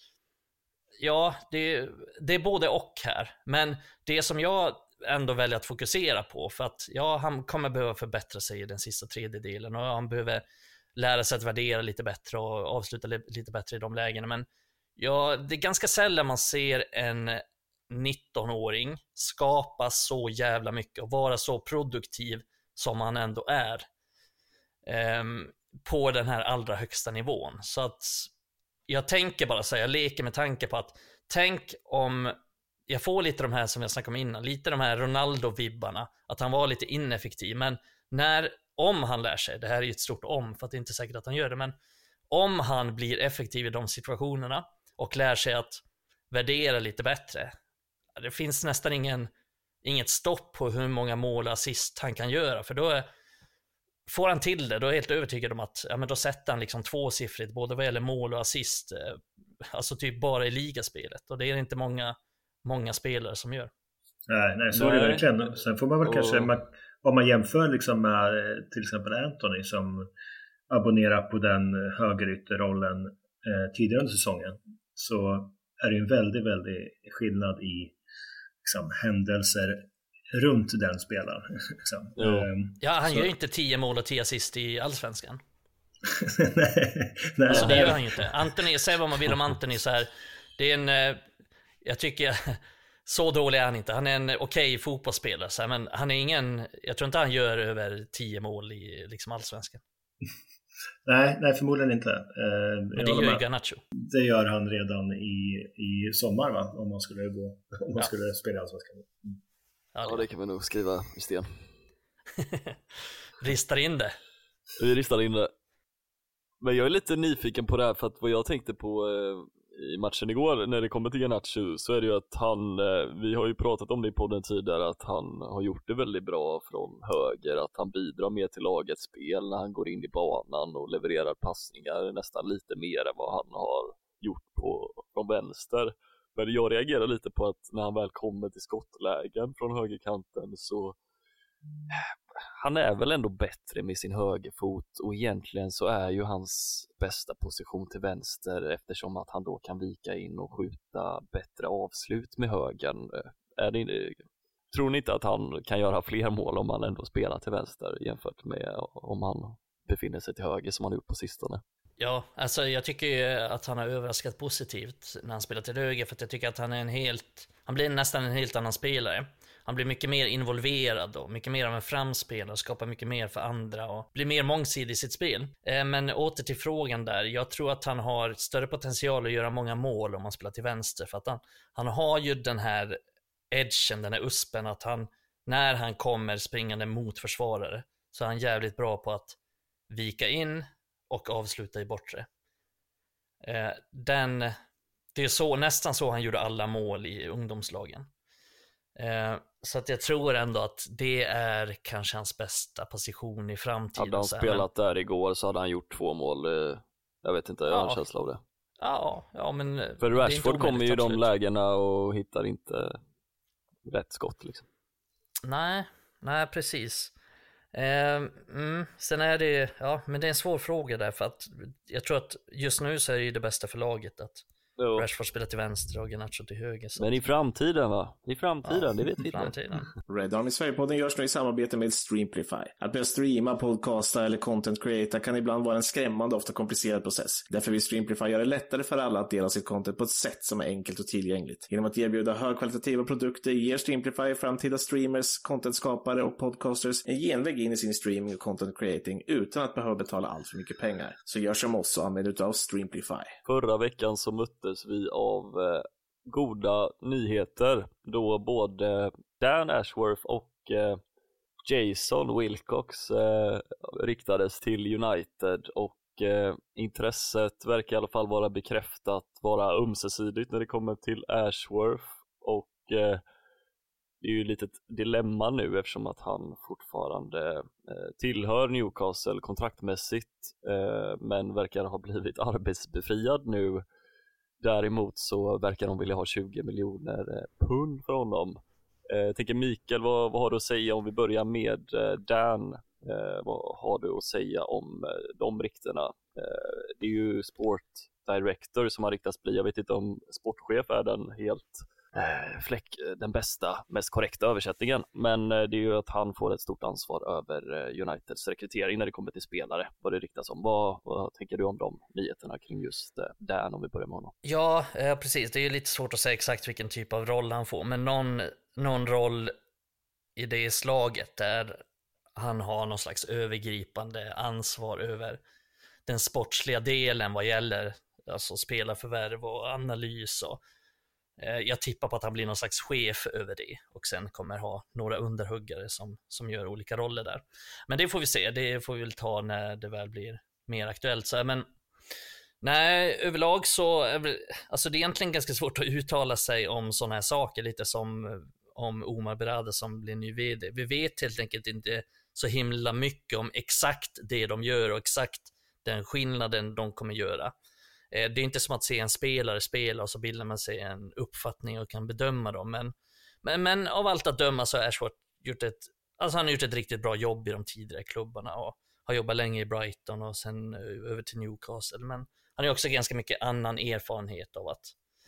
ja, det, det är både och här. Men det som jag ändå väljer att fokusera på, för att ja, han kommer behöva förbättra sig i den sista tredjedelen och han behöver lära sig att värdera lite bättre och avsluta lite bättre i de lägena. Men ja, det är ganska sällan man ser en nittonåring skapa så jävla mycket och vara så produktiv som han ändå är eh, på den här allra högsta nivån. Så att jag tänker bara så här, jag leker med tanke på att tänk om jag får lite de här som jag snackade om innan, lite de här Ronaldo-vibbarna, att han var lite ineffektiv, men när, om han lär sig, det här är ju ett stort om för att det är inte säkert att han gör det, men om han blir effektiv i de situationerna och lär sig att värdera lite bättre, det finns nästan ingen, inget stopp på hur många mål och assist han kan göra, för då är får han till det, då är jag helt övertygad om att ja, men då sätter han liksom tvåsiffrigt både vad gäller mål och assist, alltså typ bara i ligaspelet, och det är inte många, många spelare som gör. Nej, nej så nej. Är det verkligen. Sen får man väl och... kanske, om man jämför liksom med till exempel Anthony som abonnerar på den högerytterrollen eh, tidigare under säsongen, så är det en väldigt, väldigt skillnad i liksom, händelser runt den spelaren. Liksom. Mm. Ja, han så... gör ju inte tio mål och tio assist i Allsvenskan. nej, nej, alltså det gör han ju inte. Anthony, säg vad man vill om Anthony så här. Det är en, jag tycker, så dålig är han inte. Han är en okej okay fotbollsspelare, så här, men han är ingen, jag tror inte han gör över tio mål i liksom Allsvenskan. Nej, nej, förmodligen inte. Eh, men det gör ju Garnacho. Det gör han redan i, i sommar, va? Om man skulle gå, om man ja. skulle spela Allsvenskan. Mm. Ja, det... ja, det kan vi nog skriva i sten. Ristar in det. Vi ristar in det. Men jag är lite nyfiken på det här, för att vad jag tänkte på eh, i matchen igår när det kommer till Garnacho, så är det ju att han, eh, vi har ju pratat om det i podden tidigare, att han har gjort det väldigt bra från höger, att han bidrar mer till lagets spel när han går in i banan och levererar passningar nästan lite mer än vad han har gjort på, från vänster. Men jag reagerar lite på att när han väl kommer till skottlägen från högerkanten, så han är väl ändå bättre med sin högerfot, och egentligen så är ju hans bästa position till vänster, eftersom att han då kan vika in och skjuta bättre avslut med högern. Är det, tror ni inte att han kan göra fler mål om han ändå spelar till vänster jämfört med om han befinner sig till höger som han gjort på sistone? Ja, alltså jag tycker ju att han har överraskat positivt när han spelar till höger, för att jag tycker att han är en helt, han blir nästan en helt annan spelare. Han blir mycket mer involverad och mycket mer av en framspelare och skapar mycket mer för andra och blir mer mångsidig i sitt spel. Men åter till frågan där, jag tror att han har större potential att göra många mål om han spelar till vänster, för att han, han har ju den här edgen, den här uspen, att han, när han kommer springande mot försvarare, så är han jävligt bra på att vika in och avsluta i bortre. Den, det är så, nästan så han gjorde alla mål i ungdomslagen. Så att jag tror ändå att det är kanske hans bästa position i framtiden. Hade han spelat där igår så hade han gjort två mål. Jag vet inte, jag har en känsla av det. Ja, ja men för Rashford kommer ju de lägena och hittar inte rätt skott liksom. Nej, nej precis. Eh, mm, sen är det, ja, men det är en svår fråga där, för att jag tror att just nu så är det ju det bästa för laget att jo. Rashford spelar till vänster och Garnacho till höger. Så. Men i framtiden va? I framtiden, ja, det vet vi inte. Red Army Sverigepodden görs nu i samarbete med Streamplify. Att börja streama, podcasta eller content creata kan ibland vara en skrämmande, ofta komplicerad process. Därför vill Streamplify göra det lättare för alla att dela sitt content på ett sätt som är enkelt och tillgängligt. Genom att erbjuda högkvalitativa produkter ger Streamplify framtida streamers, contentskapare och podcasters en genväg in i sin streaming och content creating utan att behöva betala allt för mycket pengar. Så gör som oss och använd utav Streamplify. Förra veckan så möttes vi av eh, goda nyheter, då både Dan Ashworth och eh, Jason Wilcox eh, riktades till United, och eh, intresset verkar i alla fall vara bekräftat vara ömsesidigt när det kommer till Ashworth, och eh, det är ju lite ett dilemma nu eftersom att han fortfarande eh, tillhör Newcastle kontraktmässigt, eh, men verkar ha blivit arbetsbefriad nu. Däremot så verkar de vilja ha tjugo miljoner pund för honom. Jag tänker Mikael, vad, vad har du att säga om vi börjar med Dan? Vad har du att säga om de ryktena? Det är ju Sport Director som har riktats bli. Jag vet inte om sportchef är den helt fläck, den bästa, mest korrekta översättningen. Men det är ju att han får ett stort ansvar över Uniteds rekrytering när det kommer till spelare. Vad det riktas om. Vad, vad tänker du om de nyheterna kring just Dan, om vi börjar med honom? Ja, precis. Det är ju lite svårt att säga exakt vilken typ av roll han får. Men någon, någon roll i det slaget där han har någon slags övergripande ansvar över den sportsliga delen vad gäller alltså spelarförvärv och analys och jag tippar på att han blir någon slags chef över det och sen kommer ha några underhuggare som, som gör olika roller där. Men det får vi se, det får vi väl ta när det väl blir mer aktuellt. Så, men nej, överlag så alltså det är egentligen ganska svårt att uttala sig om sådana här saker, lite som om Omar Berrada som blir ny vd. Vi vet helt enkelt inte så himla mycket om exakt det de gör och exakt den skillnaden de kommer göra. Det är inte som att se en spelare spela och så bildar man sig en uppfattning och kan bedöma dem. Men, men, men av allt att döma så har Ashworth gjort ett, alltså han har gjort ett riktigt bra jobb i de tidigare klubbarna och har jobbat länge i Brighton och sen över till Newcastle. Men han har också ganska mycket annan erfarenhet av att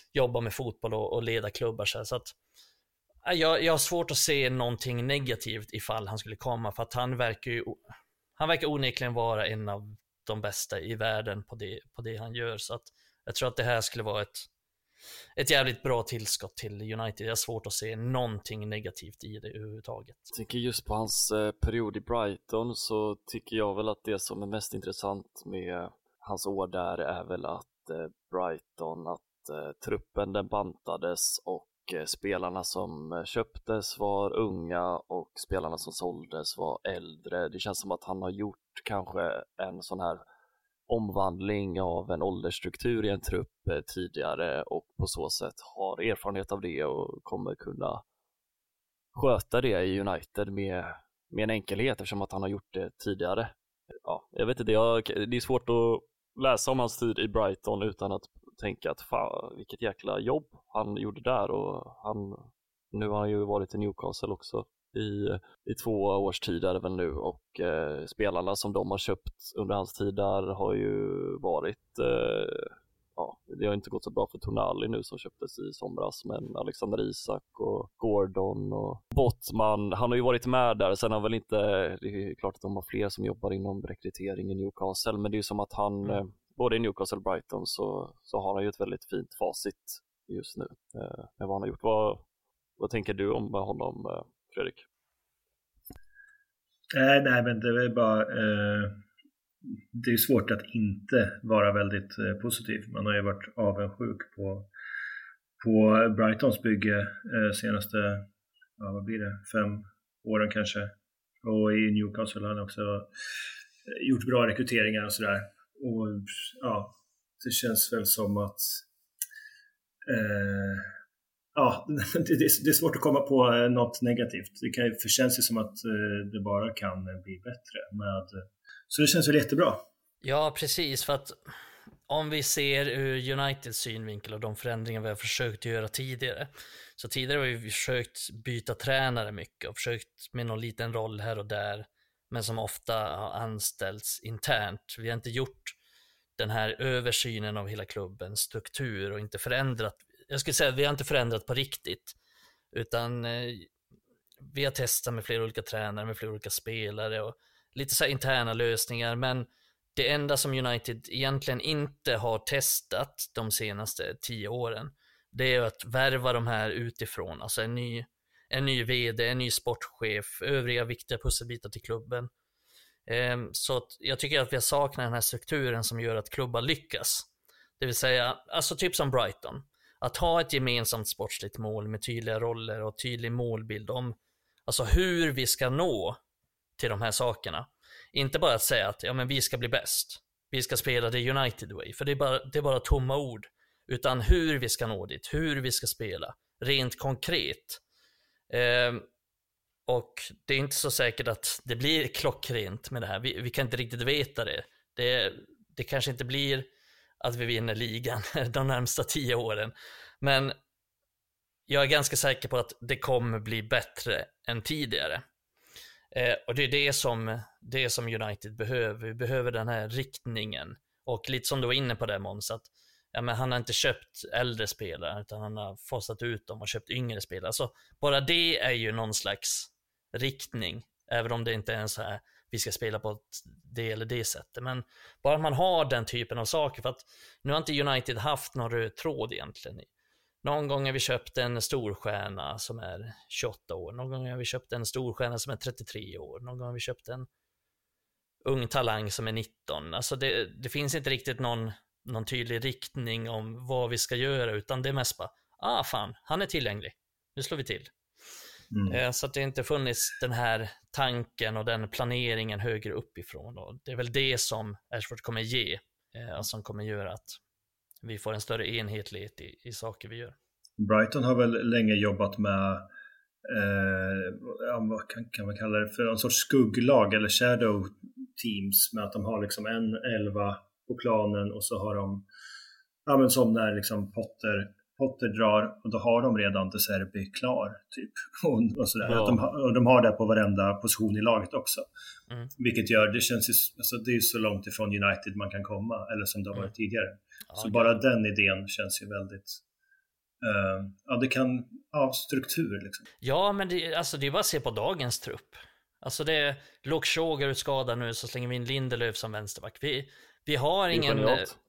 jobba med fotboll och, och leda klubbar. Så att jag, jag har svårt att se någonting negativt ifall han skulle komma, för att han verkar ju han verkar onekligen vara en av de bästa i världen på det, på det han gör. Så att jag tror att det här skulle vara ett, ett jävligt bra tillskott till United. Jag har svårt att se någonting negativt i det överhuvudtaget. Jag tycker just på hans eh, period i Brighton så tycker jag väl att det som är mest intressant med hans år där är väl att eh, Brighton, att eh, truppen den bantades och eh, spelarna som eh, köptes var unga och spelarna som såldes var äldre. Det känns som att han har gjort kanske en sån här omvandling av en åldersstruktur i en trupp eh, tidigare och på så sätt har erfarenhet av det och kommer kunna sköta det i United med, med en enkelhet eftersom att han har gjort det tidigare. Ja, jag vet inte, jag, det är svårt att läsa om hans tid i Brighton utan att tänka att fan, vilket jäkla jobb han gjorde där, och han, nu har han ju varit i Newcastle också i, i två års tid är det väl nu, och eh, spelarna som de har köpt under hans tid där har ju varit eh, ja, det har inte gått så bra för Tonali nu som köptes i somras, men Alexander Isak och Gordon och Botman, han har ju varit med där. Sen har väl inte, det är klart att de har fler som jobbar inom rekrytering i Newcastle, men det är ju som att han mm. både i Newcastle och Brighton så, så har han ju ett väldigt fint facit just nu eh, med vad han har gjort. Vad, vad tänker du om honom, eh, Fredrik? Nej, nej, men det är bara eh, det är svårt att inte vara väldigt eh, positiv. Man har ju varit avundsjuk på, på Brightons bygge eh, senaste, ja, vad blir det, fem åren kanske. Och i Newcastle har han också gjort bra rekryteringar och sådär. Och ja, det känns väl som att eh, ja, det, det är svårt att komma på något negativt. Det, kan, det känns ju som att det bara kan bli bättre med, så det känns väl jättebra. Ja, precis, för att om vi ser ur Uniteds synvinkel och de förändringar vi har försökt göra tidigare, så tidigare har vi försökt byta tränare mycket och försökt med någon liten roll här och där, men som ofta har anställts internt. Vi har inte gjort den här översynen av hela klubbens struktur och inte förändrat. Jag skulle säga att vi har inte förändrat på riktigt, utan eh, vi har testat med flera olika tränare, med flera olika spelare och lite så här interna lösningar, men det enda som United egentligen inte har testat de senaste tio åren, det är att värva de här utifrån, alltså en ny, en ny vd, en ny sportchef, övriga viktiga pusselbitar till klubben. Eh, så att jag tycker att vi har saknat den här strukturen som gör att klubbar lyckas. Det vill säga, alltså typ som Brighton. Att ha ett gemensamt sportsligt mål med tydliga roller och tydlig målbild om alltså hur vi ska nå till de här sakerna. Inte bara att säga att ja, men vi ska bli bäst. Vi ska spela det United way. För det är, bara, det är bara tomma ord. Utan hur vi ska nå dit. Hur vi ska spela. Rent konkret. Eh, och det är inte så säkert att det blir klockrent med det här. Vi, vi kan inte riktigt veta det. Det, det kanske inte blir att vi vinner ligan de närmsta tio åren. Men jag är ganska säker på att det kommer bli bättre än tidigare. Eh, och det är det som, det som United behöver. Vi behöver den här riktningen. Och lite som du var inne på det, Måns, att ja, men han har inte köpt äldre spelare utan han har fasat ut dem och köpt yngre spelare. Så bara det är ju någon slags riktning. Även om det inte är en så här vi ska spela på det eller det sättet. Men bara man har den typen av saker. För att nu har inte United haft någon röd tråd egentligen. Någon gång har vi köpt en storstjärna som är tjugoåtta år. Någon gång har vi köpt en storstjärna som är trettiotre år. Någon gång har vi köpt en ung talang som är nitton. Alltså det, det finns inte riktigt någon, någon tydlig riktning om vad vi ska göra. Utan det är mest bara, ah fan, han är tillgänglig. Nu slår vi till. Mm. Så att det inte funnits den här tanken och den planeringen högre uppifrån. Och det är väl det som Ashford kommer ge och som kommer göra att vi får en större enhetlighet i, i saker vi gör. Brighton har väl länge jobbat med eh, vad kan, kan man kalla det för, en sorts skugglag eller shadow teams, med att de har liksom en elva på planen och så har de, ja men som när liksom Potter Potter drar och då har de redan De Zerbi klar typ och, och sådär. Ja. Att de, och de har det på varenda position i laget också. Mm. Vilket gör, det känns ju, alltså det är ju så långt ifrån United man kan komma, eller som det har varit mm. tidigare. Ja, så okay. Bara den idén känns ju väldigt Uh, ja, det kan, ja, struktur liksom. Ja, men det, alltså, det är bara att se på dagens trupp. Alltså det är Luke Shaw går ut skadad nu, så slänger vi in Lindelöf som vänsterback. Vi, vi har ingen...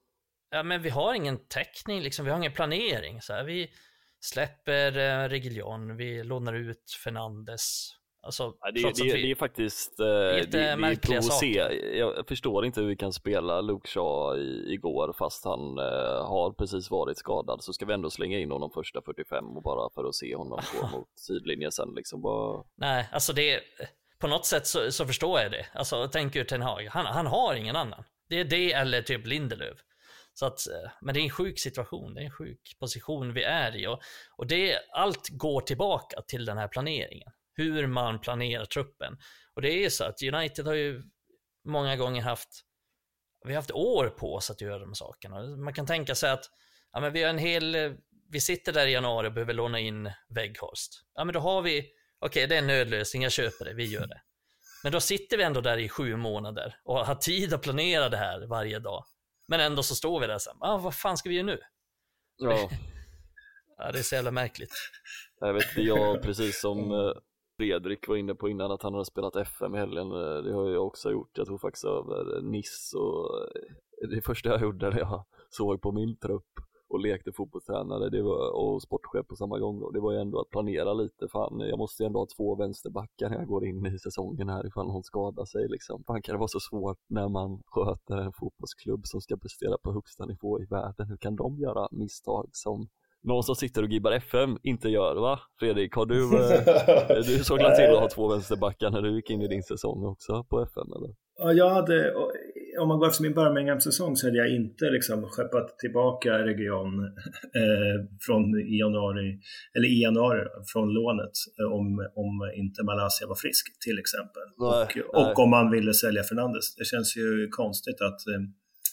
Ja, men vi har ingen täckning, liksom. Vi har ingen planering. Så här. Vi släpper eh, Reguilón, vi lånar ut Fernandes. Alltså, ja, det, det, vi... det är faktiskt eh, det, det är på att se. Jag förstår inte hur vi kan spela Luke Shaw i, igår fast han eh, har precis varit skadad. Så ska vi ändå slänga in honom första fyrtiofem och bara för att se honom gå mot sidlinjen sen. Liksom bara... Nej, alltså det på något sätt så, så förstår jag det. Alltså tänk ut Ten Hag, han, han har ingen annan. Det är det eller typ Lindelöf. Så att, men det är en sjuk situation, det är en sjuk position vi är i. Och, och det, allt går tillbaka till den här planeringen. Hur man planerar truppen. Och det är ju så att United har ju många gånger haft, vi har haft år på oss att göra de sakerna. Man kan tänka sig att ja, men vi har en hel, vi sitter där i januari och behöver låna in Weghorst. Ja, men då har vi, okej, okay, det är en nödlösning, jag köper det, vi gör det. Men då sitter vi ändå där i sju månader och har tid att planera det här varje dag. Men ändå så står vi där sen, ah, vad fan ska vi göra nu? Ja. Ja, det är så jävla märkligt. Jag vet inte, jag precis som Fredrik var inne på innan att han hade spelat F M i helgen. Det har jag också gjort. Jag tog faktiskt över Nice och det första jag gjorde när jag såg på min trupp och lekte fotbollstränare det var, och sportchef på samma gång då. Det var ju ändå att planera lite. Fan, jag måste ju ändå ha två vänsterbackar när jag går in i säsongen här ifall någon skadar sig liksom. Fan, kan det vara så svårt när man sköter en fotbollsklubb som ska prestera på högsta nivå i världen? Hur kan de göra misstag som någon som sitter och gibbar F M inte gör, va? Fredrik, har du eh, du såg klart till att ha två vänsterbackar när du gick in i din säsong också på F M, eller? Ja, jag hade, om man går efter min Birmingham-säsong så hade jag inte liksom skeppat tillbaka Region eh, från i januari, eller i januari från lånet om, om inte Malaysia var frisk till exempel. Nej, och, nej. och om man ville sälja Fernandes. Det känns ju konstigt att eh,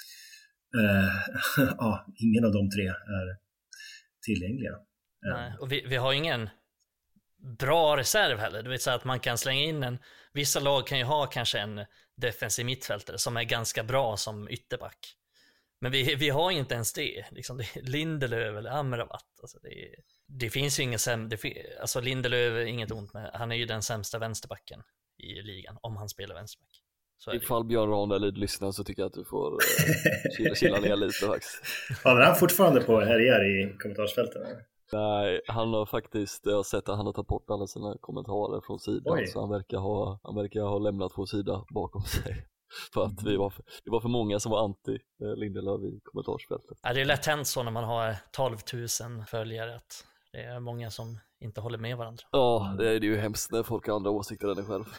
eh, ja, ingen av de tre är tillgängliga. Nej, och vi, vi har ingen bra reserv heller. Det vill säga att man kan slänga in en, vissa lag kan ju ha kanske en defensiv mittfältare som är ganska bra som ytterback. Men vi, vi har inte ens det. Liksom det är Lindelöf eller Amrabat. Alltså det, det finns ju ingen säm, det, alltså Lindelöf är inget ont med. Han är ju den sämsta vänsterbacken i ligan om han spelar vänsterback. Ifall Björn Ranelid lyssnar så tycker jag att du får uh, chilla, chilla ner lite faktiskt. Håller han fortfarande på här i kommentarsfälten? Nej, han har faktiskt, jag har sett att han har tagit bort alla sina kommentarer från sidan. Oj. Så han verkar, ha, han verkar ha lämnat vår sida bakom sig. För att vi var för, det var för många som var anti Lindelöf i kommentarsfältet. Ja, det är lätt hänt så när man har tolv tusen följare att det är många som inte håller med varandra. Ja, det är, det är ju hemskt när folk har andra åsikter än en själv.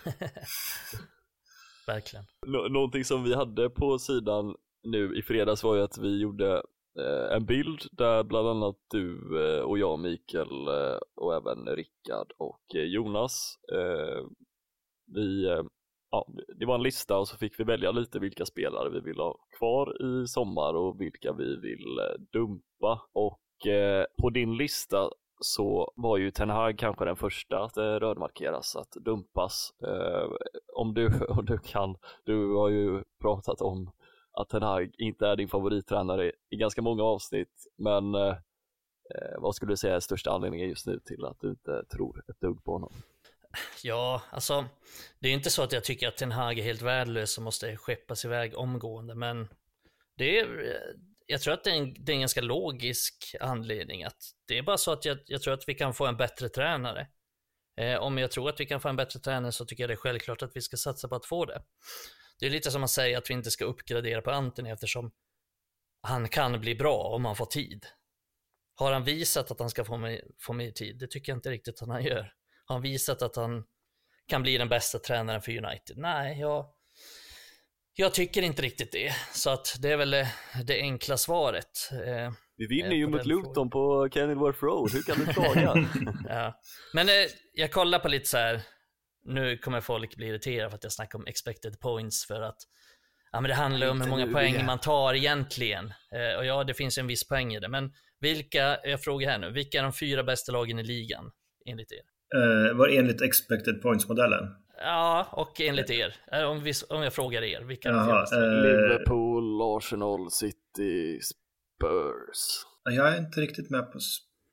Verkligen. Nå- någonting som vi hade på sidan nu i fredags var ju att vi gjorde eh, en bild där bland annat du eh, och jag, Mikael eh, och även Rickard och eh, Jonas eh, vi, eh, ja, det var en lista och så fick vi välja lite vilka spelare vi vill ha kvar i sommar och vilka vi vill eh, dumpa. Och eh, på din lista så var ju Ten Hag kanske den första att rödmarkeras, att dumpas. Eh, om, du, om du kan, du har ju pratat om att Ten Hag inte är din favorittränare i ganska många avsnitt, men eh, vad skulle du säga är största anledningen just nu till att du inte tror ett dugg på honom? Ja, alltså det är inte så att jag tycker att Ten Hag är helt värdelös och måste skeppas iväg omgående, men det är, jag tror att det är, en, det är en ganska logisk anledning. Att det är bara så att jag, jag tror att vi kan få en bättre tränare. Eh, om jag tror att vi kan få en bättre tränare så tycker jag det är självklart att vi ska satsa på att få det. Det är lite som att säga att vi inte ska uppgradera på Antoni eftersom han kan bli bra om han får tid. Har han visat att han ska få mer, få mer tid? Det tycker jag inte riktigt att han gör. Har han visat att han kan bli den bästa tränaren för United? Nej, jag... Jag tycker inte riktigt det. Så att det är väl det enkla svaret. Eh, Vi vinner ju mot Luton på Kenilworth Road. Hur kan du klaga? Ja. Men eh, jag kollar på lite så här. Nu kommer folk bli irriterade för att jag snackar om expected points. För att ja, men det handlar om hur många poäng det. man tar egentligen. Eh, och ja, det finns en viss poäng i det. Men vilka, jag frågar här nu. Vilka är de fyra bästa lagen i ligan enligt er? Uh, var enligt expected points-modellen? Ja, och enligt er. Om, vi, om jag frågar er, vilka Jaha, är uh, Liverpool, Arsenal, City, Spurs. Jag är inte riktigt med på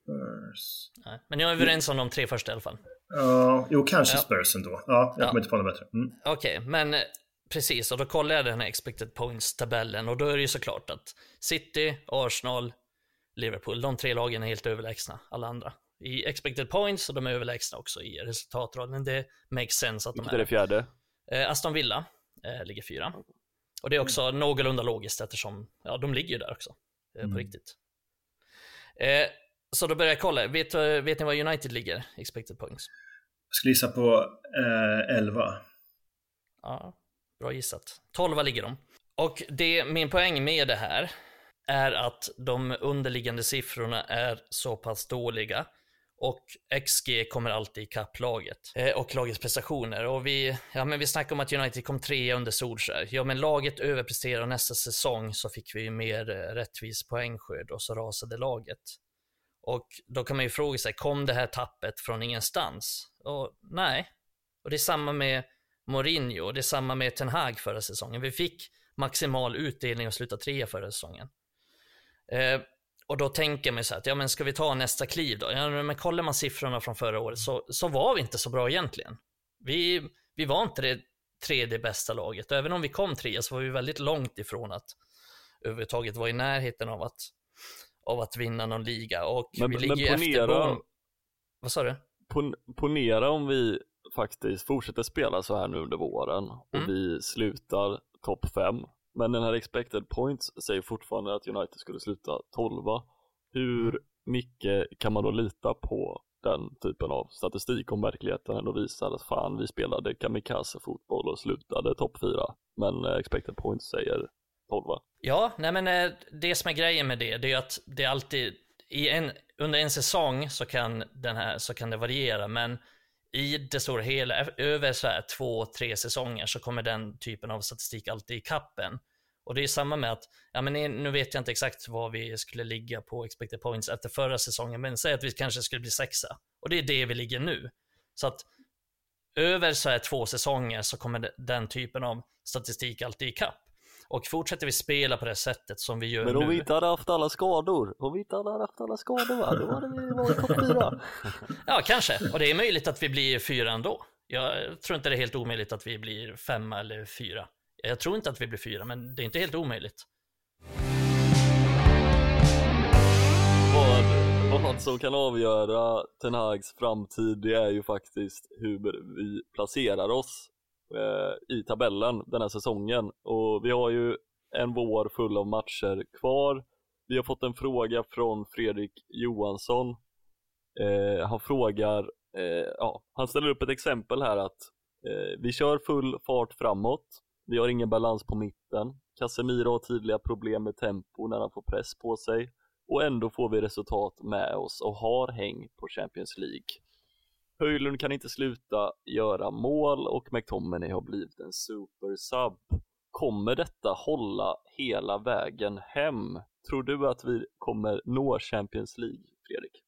Spurs. Nej. Men jag är överens om de tre första i alla fall. Ja, jo, kanske Ja. Spurs ändå. Ja, jag Ja. kommer inte på något bättre. Mm. Okej, okay, men precis, och då kollar jag den här expected points-tabellen och då är det ju såklart att City, Arsenal, Liverpool, de tre lagen är helt överlägsna alla andra. I expected points och de är överlägsna också i resultatraden. Det makes sense att de Vilket är är det fjärde? Eh, Aston Villa eh, ligger fyra. Och det är också mm. någorlunda logiskt eftersom ja, de ligger ju där också. Eh, mm. På riktigt. Eh, så då börjar jag kolla. Vet, vet ni vad United ligger? Expected points. Jag skulle gissa på eh, elva. Ja, bra gissat. tolv ligger de. Och det, min poäng med det här är att de underliggande siffrorna är så pass dåliga. Och X G kommer alltid i kapplaget eh, och lagets prestationer. Och vi, ja, men vi snackar om att United kom tre under Solskjaer. Ja, men laget överpresterar nästa säsong så fick vi mer eh, rättvis poängskörd och så rasade laget. Och då kan man ju fråga sig, kom det här tappet från ingenstans? Och nej. Och det är samma med Mourinho och det är samma med Ten Hag förra säsongen. Vi fick maximal utdelning och sluta trea förra säsongen. Eh, Och då tänker man så här att ja, men ska vi ta nästa kliv då? Ja, men kollar man siffrorna från förra året så, så var vi inte så bra egentligen. Vi, vi var inte det tredje bästa laget. Och även om vi kom tre så var vi väldigt långt ifrån att överhuvudtaget vara i närheten av att, av att vinna någon liga. Och men, vi ligger men ju efter Bournemouth. Vad sa du? Ponera om vi faktiskt fortsätter spela så här nu under våren och mm. vi slutar topp fem. Men den här expected points säger fortfarande att United skulle sluta tolva. Hur mycket kan man då lita på den typen av statistik om verkligheten ändå visar att fan, vi spelade kamikaze-fotboll och slutade topp fyra. Men expected points säger tolva. Ja, nej men det som är grejen med det, det är att det alltid i en, under en säsong så kan, den här, så kan det variera, men i det stora hela, över så här två, tre säsonger så kommer den typen av statistik alltid i kappen. Och det är samma med att, ja men nu vet jag inte exakt vad vi skulle ligga på expected points efter förra säsongen, men säg att vi kanske skulle bli sexa. Och det är det vi ligger nu. Så att över så här två säsonger så kommer den typen av statistik alltid i kapp. Och fortsätter vi spela på det sättet som vi gör nu. Men om vi inte hade haft alla skador, om vi inte hade haft alla skador, va? Då hade vi varit topp fyra. Ja, kanske. Och det är möjligt att vi blir fyra ändå. Jag tror inte det är helt omöjligt att vi blir femma eller fyra. Jag tror inte att vi blir fyra, men det är inte helt omöjligt. Vad, vad som kan avgöra Ten Hags framtid, det är ju faktiskt hur vi placerar oss i tabellen den här säsongen. Och vi har ju en vår full av matcher kvar. Vi har fått en fråga från Fredrik Johansson. eh, Han frågar eh, ja, han ställer upp ett exempel här att eh, vi kör full fart framåt. Vi har ingen balans på mitten. Casemiro har tydliga problem med tempo när han får press på sig. Och ändå får vi resultat med oss och har häng på Champions League. Højlund kan inte sluta göra mål och McTominay har blivit en super sub. Kommer detta hålla hela vägen hem? Tror du att vi kommer nå Champions League, Fredrik?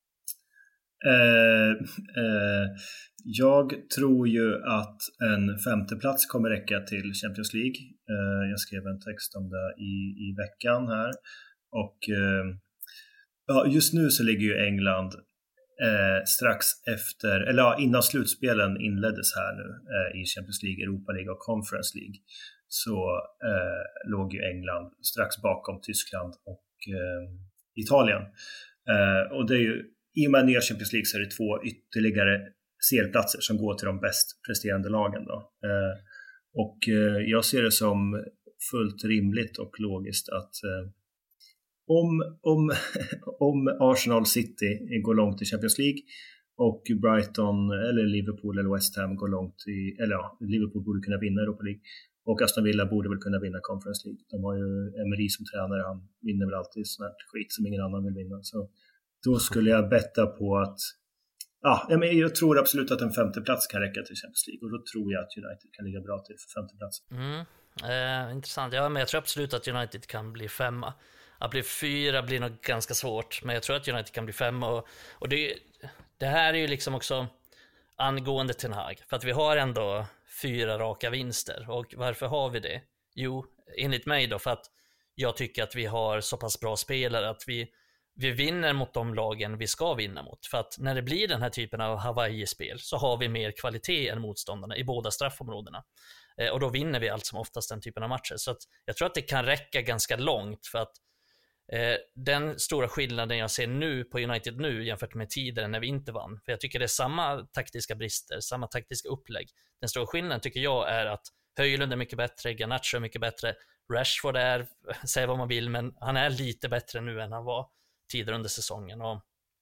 Eh, eh, jag tror ju att en femteplats kommer räcka till Champions League. Eh, jag skrev en text om det i, i veckan här. Och eh, ja, just nu så ligger ju England Eh, strax efter, eller ja, innan slutspelen inleddes här nu eh, i Champions League, Europa League och Conference League, så eh, låg ju England strax bakom Tyskland och eh, Italien. Eh, och det är ju, i och med nya Champions League så är det två ytterligare serplatser som går till de bäst presterande lagen då. Eh, och eh, jag ser det som fullt rimligt och logiskt att eh, Om, om, om Arsenal City går långt i Champions League och Brighton eller Liverpool eller West Ham går långt i, eller ja, Liverpool borde kunna vinna Europa League och Aston Villa borde väl kunna vinna Conference League. De har ju Emery som tränare, han vinner väl alltid sån här skit som ingen annan vill vinna. Så då skulle jag betta på att ja, jag tror absolut att en femteplats kan räcka till Champions League och då tror jag att United kan ligga bra till för femteplats. Mm, eh, intressant. Ja, men jag tror absolut att United kan bli femma. Att bli fyra blir nog ganska svårt, men jag tror att United kan bli fem och, och det, det här är ju liksom också angående Ten Hag, för att vi har ändå fyra raka vinster. Och varför har vi det? Jo, enligt mig då för att jag tycker att vi har så pass bra spelare att vi, vi vinner mot de lagen vi ska vinna mot. För att när det blir den här typen av Hawaii-spel så har vi mer kvalitet än motståndarna i båda straffområdena. Eh, och då vinner vi allt som oftast den typen av matcher. Så att jag tror att det kan räcka ganska långt, för att eh, den stora skillnaden jag ser nu på United nu jämfört med tidigare när vi inte vann. För jag tycker det är samma taktiska brister, samma taktiska upplägg. Den stora skillnaden tycker jag är att Höjlund är mycket bättre, Garnacho är mycket bättre, Rashford är, säg vad man vill, men han är lite bättre nu än han var tidigare under säsongen. Och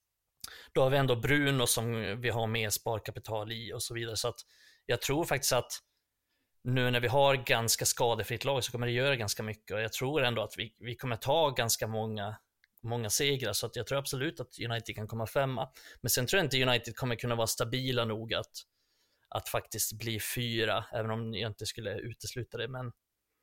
då har vi ändå Bruno som vi har mer sparkapital i och så vidare. Så att jag tror faktiskt att nu när vi har ganska skadefritt lag så kommer det göra ganska mycket. Och jag tror ändå att vi, vi kommer ta ganska många, många segrar. Så att jag tror absolut att United kan komma femma. Men sen tror jag inte United kommer kunna vara stabila nog att, att faktiskt bli fyra. Även om jag inte skulle utesluta det. Men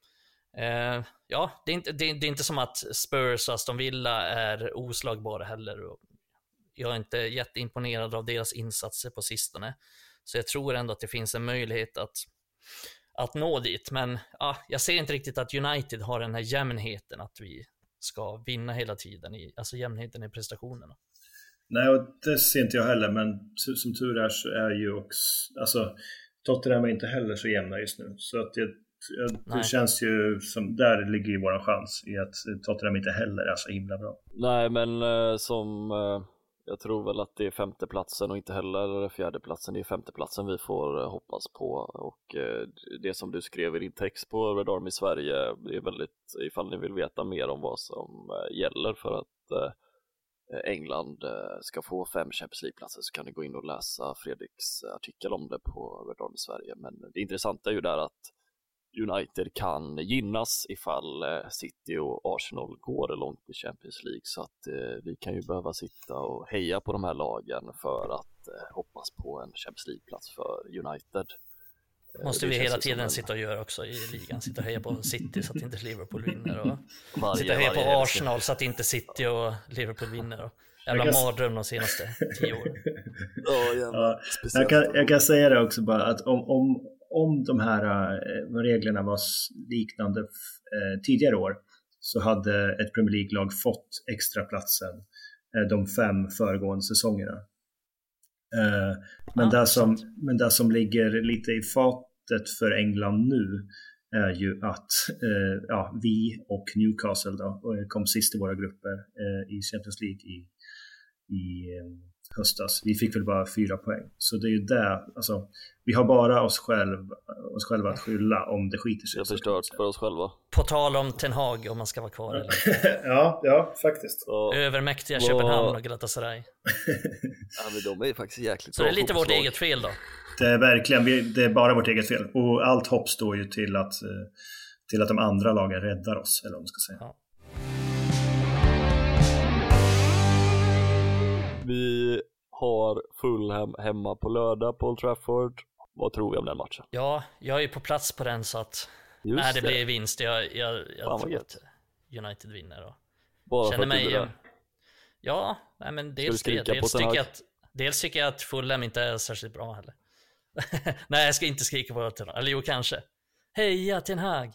eh, ja, det är, inte, det, det är inte som att Spurs och Aston Villa är oslagbara heller. Och jag är inte jätteimponerad av deras insatser på sistone. Så jag tror ändå att det finns en möjlighet att, att nå dit. Men ja, jag ser inte riktigt att United har den här jämnheten att vi ska vinna hela tiden. I, alltså jämnheten i prestationerna. Nej, och det ser inte jag heller. Men som tur är så är ju också... Alltså, Tottenham är inte heller så jämna just nu. Så att det, det känns ju som... Där ligger ju våran chans i att Tottenham inte heller är så himla bra. Nej, men eh, som... Eh... Jag tror väl att det är femteplatsen och inte heller fjärdeplatsen. Det är femteplatsen vi får hoppas på. Och det som du skrev i din text på Red Army Sverige är väldigt, ifall ni vill veta mer om vad som gäller för att England ska få fem Champions League-platser, så kan ni gå in och läsa Fredriks artikel om det på Red Army Sverige. Men det intressanta är ju där att United kan gynnas ifall City och Arsenal går långt i Champions League, så att eh, vi kan ju behöva sitta och heja på de här lagen för att eh, hoppas på en Champions League-plats för United. Måste vi hela tiden en... sitta och göra också i ligan, sitta och heja på City så att inte Liverpool vinner, och varje, sitta och heja på Arsenal så att inte City och Liverpool vinner, och jävla kan... mardröm de senaste tio åren. Oh, ja, jag, kan, jag kan säga det också bara att om, om Om de här eh, reglerna var liknande eh, tidigare år så hade ett Premier League-lag fått extra platsen eh, de fem föregående säsongerna. Eh, men, ah, det som, men det som ligger lite i fatet för England nu är ju att eh, ja, vi och Newcastle då, kom sist i våra grupper eh, i Champions League i, i eh, höstas. Vi fick väl bara fyra poäng. Så det är ju det, alltså, vi har bara oss, själv, oss själva att skylla om det skiter sig. Jag förstört för oss själva. På tal om Ten Hag, om man ska vara kvar. Eller? ja, ja, faktiskt. Och, övermäktiga och... Köpenhamn och Galatasaray. Ja, men de är faktiskt jäkligt. Så det är lite vårt eget fel då. Det är verkligen, det är bara vårt eget fel. Och allt hopp står ju till att, till att de andra lagen räddar oss, eller vad man ska säga. Ja. Vi har Fulham hemma på lördag på Old Trafford. Vad tror vi om den matchen? Ja, jag är ju på plats på den, så att Just nej, det, det blir vinst. Jag, jag, jag tror att United vinner. Och bara känner för att mig, du är ja, nej, men dels, det, dels, tycker jag att, dels tycker jag att Fulham inte är särskilt bra heller. Nej, jag ska inte skrika på Ten Hag. Eller jo, kanske. Heja Ten Hag!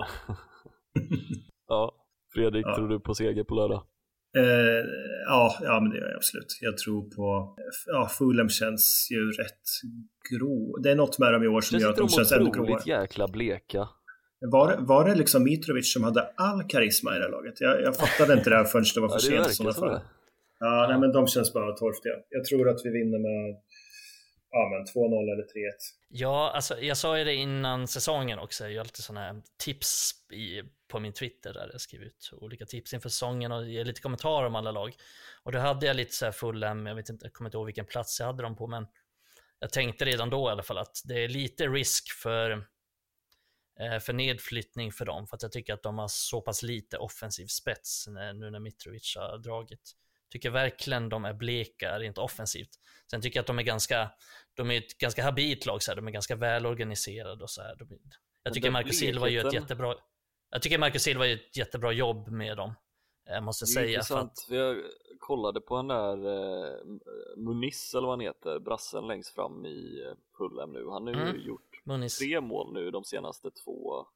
Ja, Fredrik, ja. tror du på seger på lördag? Uh, ja, ja, men det gör jag absolut. Jag tror på... Ja, Fulham känns ju rätt grå. Det är något med dem i år som gör att de känns ännu gråare. Jäkla bleka. Var, var det liksom Mitrovic som hade all karisma i det laget? Jag, jag fattade inte det här förrän det var för ja, sent. Sådana fall. Ja, ja. Nej, men de känns bara torftiga. Jag tror att vi vinner med ja, men två noll eller tre ett. Ja, alltså jag sa ju det innan säsongen också. Jag gör alltid sådana här tips i, på min Twitter där jag skriver ut olika tips inför säsongen och ger lite kommentarer om alla lag. Och då hade jag lite så här Fulham, jag vet inte, jag kommer inte ihåg vilken plats jag hade dem på, men jag tänkte redan då i alla fall att det är lite risk för eh, för nedflyttning för dem, för att jag tycker att de har så pass lite offensiv spets när, nu när Mitrovic har dragit. Tycker verkligen de är bleka rent offensivt. Sen tycker jag att de är ganska de är ett ganska habilt lag så här. De är ganska välorganiserade och så här. De, jag tycker Marcus Silva gör ett jättebra Jag tycker Marcus Silva gör ett jättebra jobb med dem. Jag måste säga för att jag kollade på den där eh, Muniz eller vad han heter, brassen längst fram i Fulham nu. Han har ju mm. gjort Muniz. tre mål nu de senaste två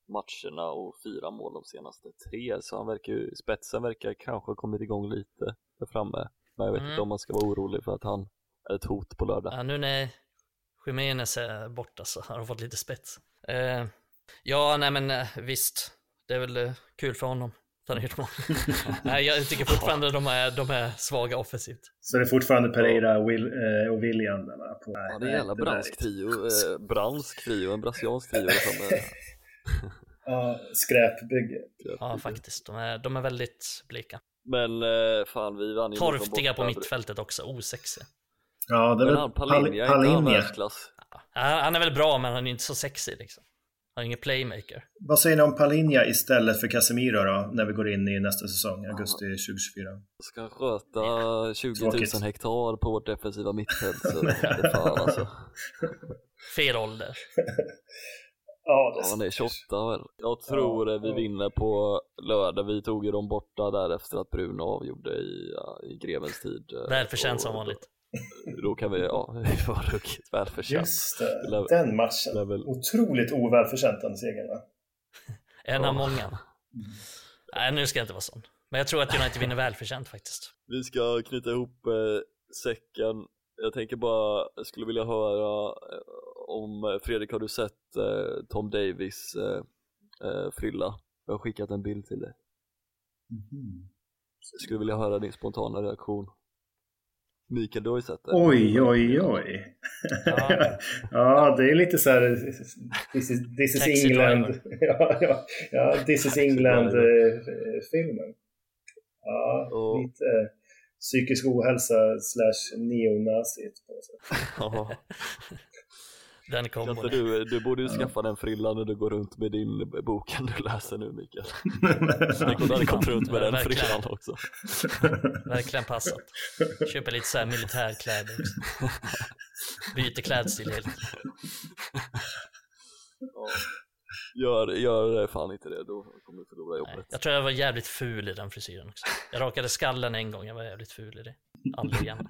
matcherna och fyra mål de senaste tre, så han verkar ju, spetsen verkar kanske ha kommit igång lite där framme, men jag vet Mm. inte om man ska vara orolig för att han är ett hot på lördag. Ja, nu när Jimenez är borta så har han fått lite spets. Eh, ja, nej men eh, visst, det är väl eh, kul för honom. Han har gjort mål. Nej, jag tycker fortfarande de är, de är svaga offensivt. Så det är fortfarande Pereira Will, eh, och William där, va? På, Ja, det är en jävla bransk trio, eh, bransk trio, en brasiliansk trio som är... Ja, skräpbygge. Ja, faktiskt. De är, de är väldigt bleka. Men eh, fan, vi vann ju mot dem Torftiga borta. på mittfältet också, osexiga. Ja, det är Men väl han Palinja, är inte han världsklass? Ja, han är väl bra, men han är inte så sexig liksom. Han är ingen playmaker. Vad säger ni om Palinja istället för Casemiro då, när vi går in i nästa säsong, augusti tjugohundratjugofyra? Ska sköta tjugo tusen Tråkigt. hektar på vårt defensiva mittfält, så det är fan alltså. Fel ålder. Ja, det Ja, han är tjugoåtta väl. Jag tror Ja, vi ja. vinner på lördag. Vi tog ju dem borta där efter att Bruno avgjorde i, ja, i grevens tid. Välförtjänt som Och vanligt. Då, då kan vi, ja, vi var ruggigt välförtjänt. Just det, Lär- den matchen. lär väl- Otroligt ovälförtjänt den segern, va? En av Ja. många. Nej, nu ska jag inte vara sån. Men jag tror att United vinner välförtjänt faktiskt. Vi ska knyta ihop eh, säcken. Jag tänker bara, jag skulle vilja höra eh, om, Fredrik, har du sett eh, Tom Davies eh, eh, frilla? Jag har skickat en bild till dig. Jag skulle vilja höra din spontana reaktion. Mikael, du har ju sett det. Oj, oj, oj. Ja. Ja, det är lite så här. This is, this is Taxi England. driver. Ja, ja, ja, This is Taxi England-filmen. Ja, Och- lite eh, psykisk ohälsa slash neonazit på något sätt. Ja. Den Kan kombon. inte du, du borde ju Ja. skaffa den frillan när du går runt med din boken du läser nu, Mikael. Tänk om du hade gått runt med Ja, den verkligen. frillan också. Verkligen passat. Köper lite så här militärkläder också. Byter klädstil helt. Ja. Gör, gör fan inte det, då kommer du förlora Nej, jobbet. jag tror jag var jävligt ful i den frisyren också. Jag rakade skallen en gång, jag var jävligt ful i det. Aldrig igen.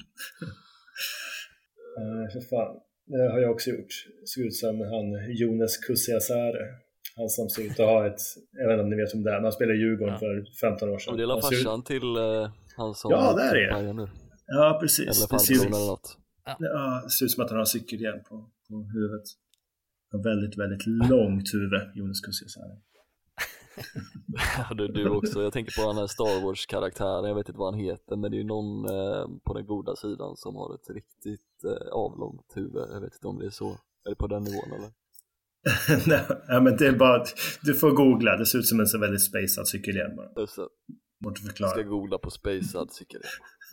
Uh, för fan. Det har jag också gjort. Ser ut som han Jonas Kusiasare. Han som ser ut att ha ett, jag vet inte om ni vet om det är, han spelade i Djurgården Ja. för femton år sedan. Och det är la Han ser ut- farsan till eh, han som Ja, där är det. Bayern nu. Ja, precis. Eller Det ser, ut, farbrorn eller något. ja, det ser ut som att han har cykelhjälm på, på huvudet. Han har väldigt, väldigt långt huvud, Jonas Kusiasare. Ja, du, du också. Jag tänker på den här Star Wars-karaktären, jag vet inte vad han heter, men det är ju någon eh, på den goda sidan som har ett riktigt eh, avlångt huvud. Jag vet inte om det är så. Är det på den nivån eller? Nej, ja, men det är bara att du får googla. Det ser ut som en så väldigt spacad cykelhjälm bara. Just det. Måste Jag förklara. ska googla på spacad cykel.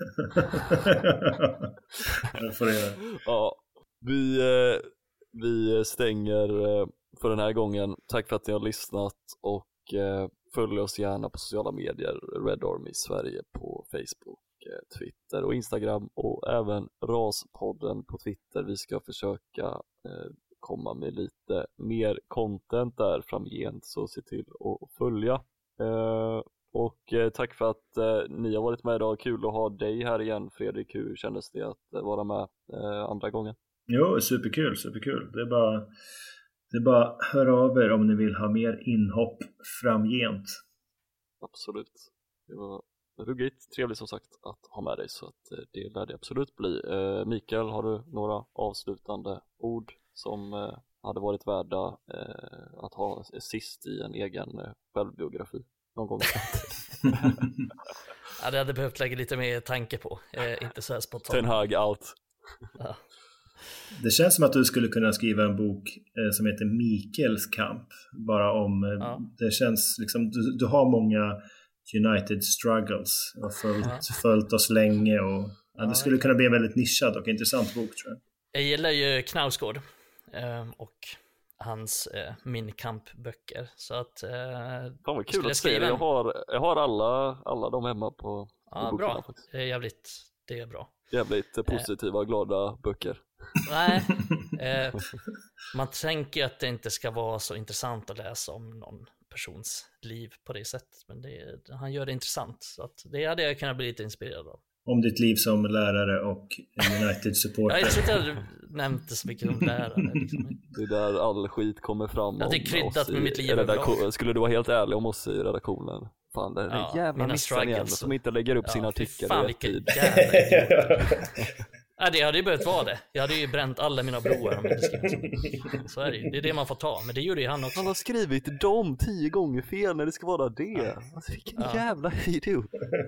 Det får du göra. Ja, vi, eh, vi stänger eh, för den här gången. Tack för att ni har lyssnat och eh, följ oss gärna på sociala medier. Red Army Sverige på Facebook, eh, Twitter och Instagram, och även Raspodden på Twitter. Vi ska försöka eh, komma med lite mer content där framgent, så se till att följa. Eh, och eh, tack för att eh, ni har varit med idag. Kul att ha dig här igen, Fredrik. Hur kändes det att eh, vara med eh, andra gången? Jo, superkul, superkul. Det är bara det är bara hör av er om ni vill ha mer inhopp framgent. Absolut. Det var ruggigt trevligt som sagt att ha med dig, så att eh, det lär det absolut bli. Eh, Mikael, har du några avslutande ord som eh, hade varit värda eh, att ha sist i en egen eh, självbiografi någon gång? Ja, det hade behövt lägga lite mer tanke på. Eh, inte så här Ten spontant. Hag out. Ja. Det känns som att du skulle kunna skriva en bok eh, som heter Mikels kamp. Bara om, eh, Ja. det känns liksom, du, du har många United struggles och följt, Ja. följt oss länge och ja, Ja, det skulle kunna bli en väldigt nischad och intressant bok, tror jag. Jag gillar ju Knausgård eh, och hans eh, Min Kamp-böcker. Så att... Eh, Fan vad kul Skulle jag att säga skriva det. en- Jag har, jag har alla, alla de hemma på, på ja, bokhyllan bra. faktiskt. Det är jävligt... Det är bra. Jävligt eh, positiva, glada böcker. Nej, eh, man tänker att det inte ska vara så intressant att läsa om någon persons liv på det sättet, men det, han gör det intressant, så att det hade jag kunnat bli lite inspirerad av. om ditt liv som lärare och United-supporter. Ja, jag tror inte jag hade nämnt det så mycket om lärare. Liksom. Det är där all skit kommer fram. Ja, det är kryddat i, med mitt liv redaktion. Skulle du vara helt ärlig om oss i redaktionen? Fan, det är ja, den jävla missaren igen som inte lägger upp ja, sina artiklar fan, i rätt tid. Ja, det hade ju behövt vara det. Jag hade ju bränt alla mina broar om jag inte skrivit. Så är det ju. Det är det man får ta. Men det gjorde ju han också. Han har skrivit dem tio gånger fel när det ska vara det. Alltså vilken ja. jävla idiot.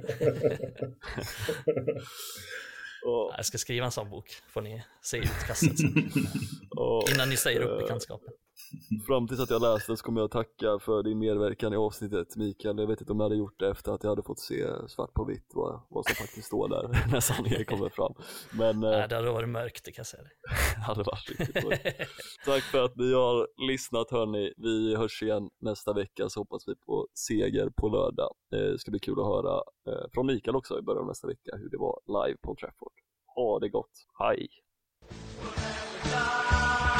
Oh. Jag ska skriva en sån bok. Får ni se utkastet oh. innan ni säger upp bekantskapen. Fram tills att jag läste så kommer jag tacka för din medverkan i avsnittet, Mikael. Jag vet inte om jag hade gjort det efter att jag hade fått se svart på vitt vad, vad som faktiskt står där när sanningen kommer fram. Men, Nej, det hade varit mörkt, det kan jag säga. Det hade varit riktigt mörkt. Tack för att ni har lyssnat, hörni. Vi hörs igen nästa vecka, så hoppas vi på seger på lördag. Det ska bli kul att höra från Mikael också i början av nästa vecka hur det var live på Trafford. Ha det gott. Hej!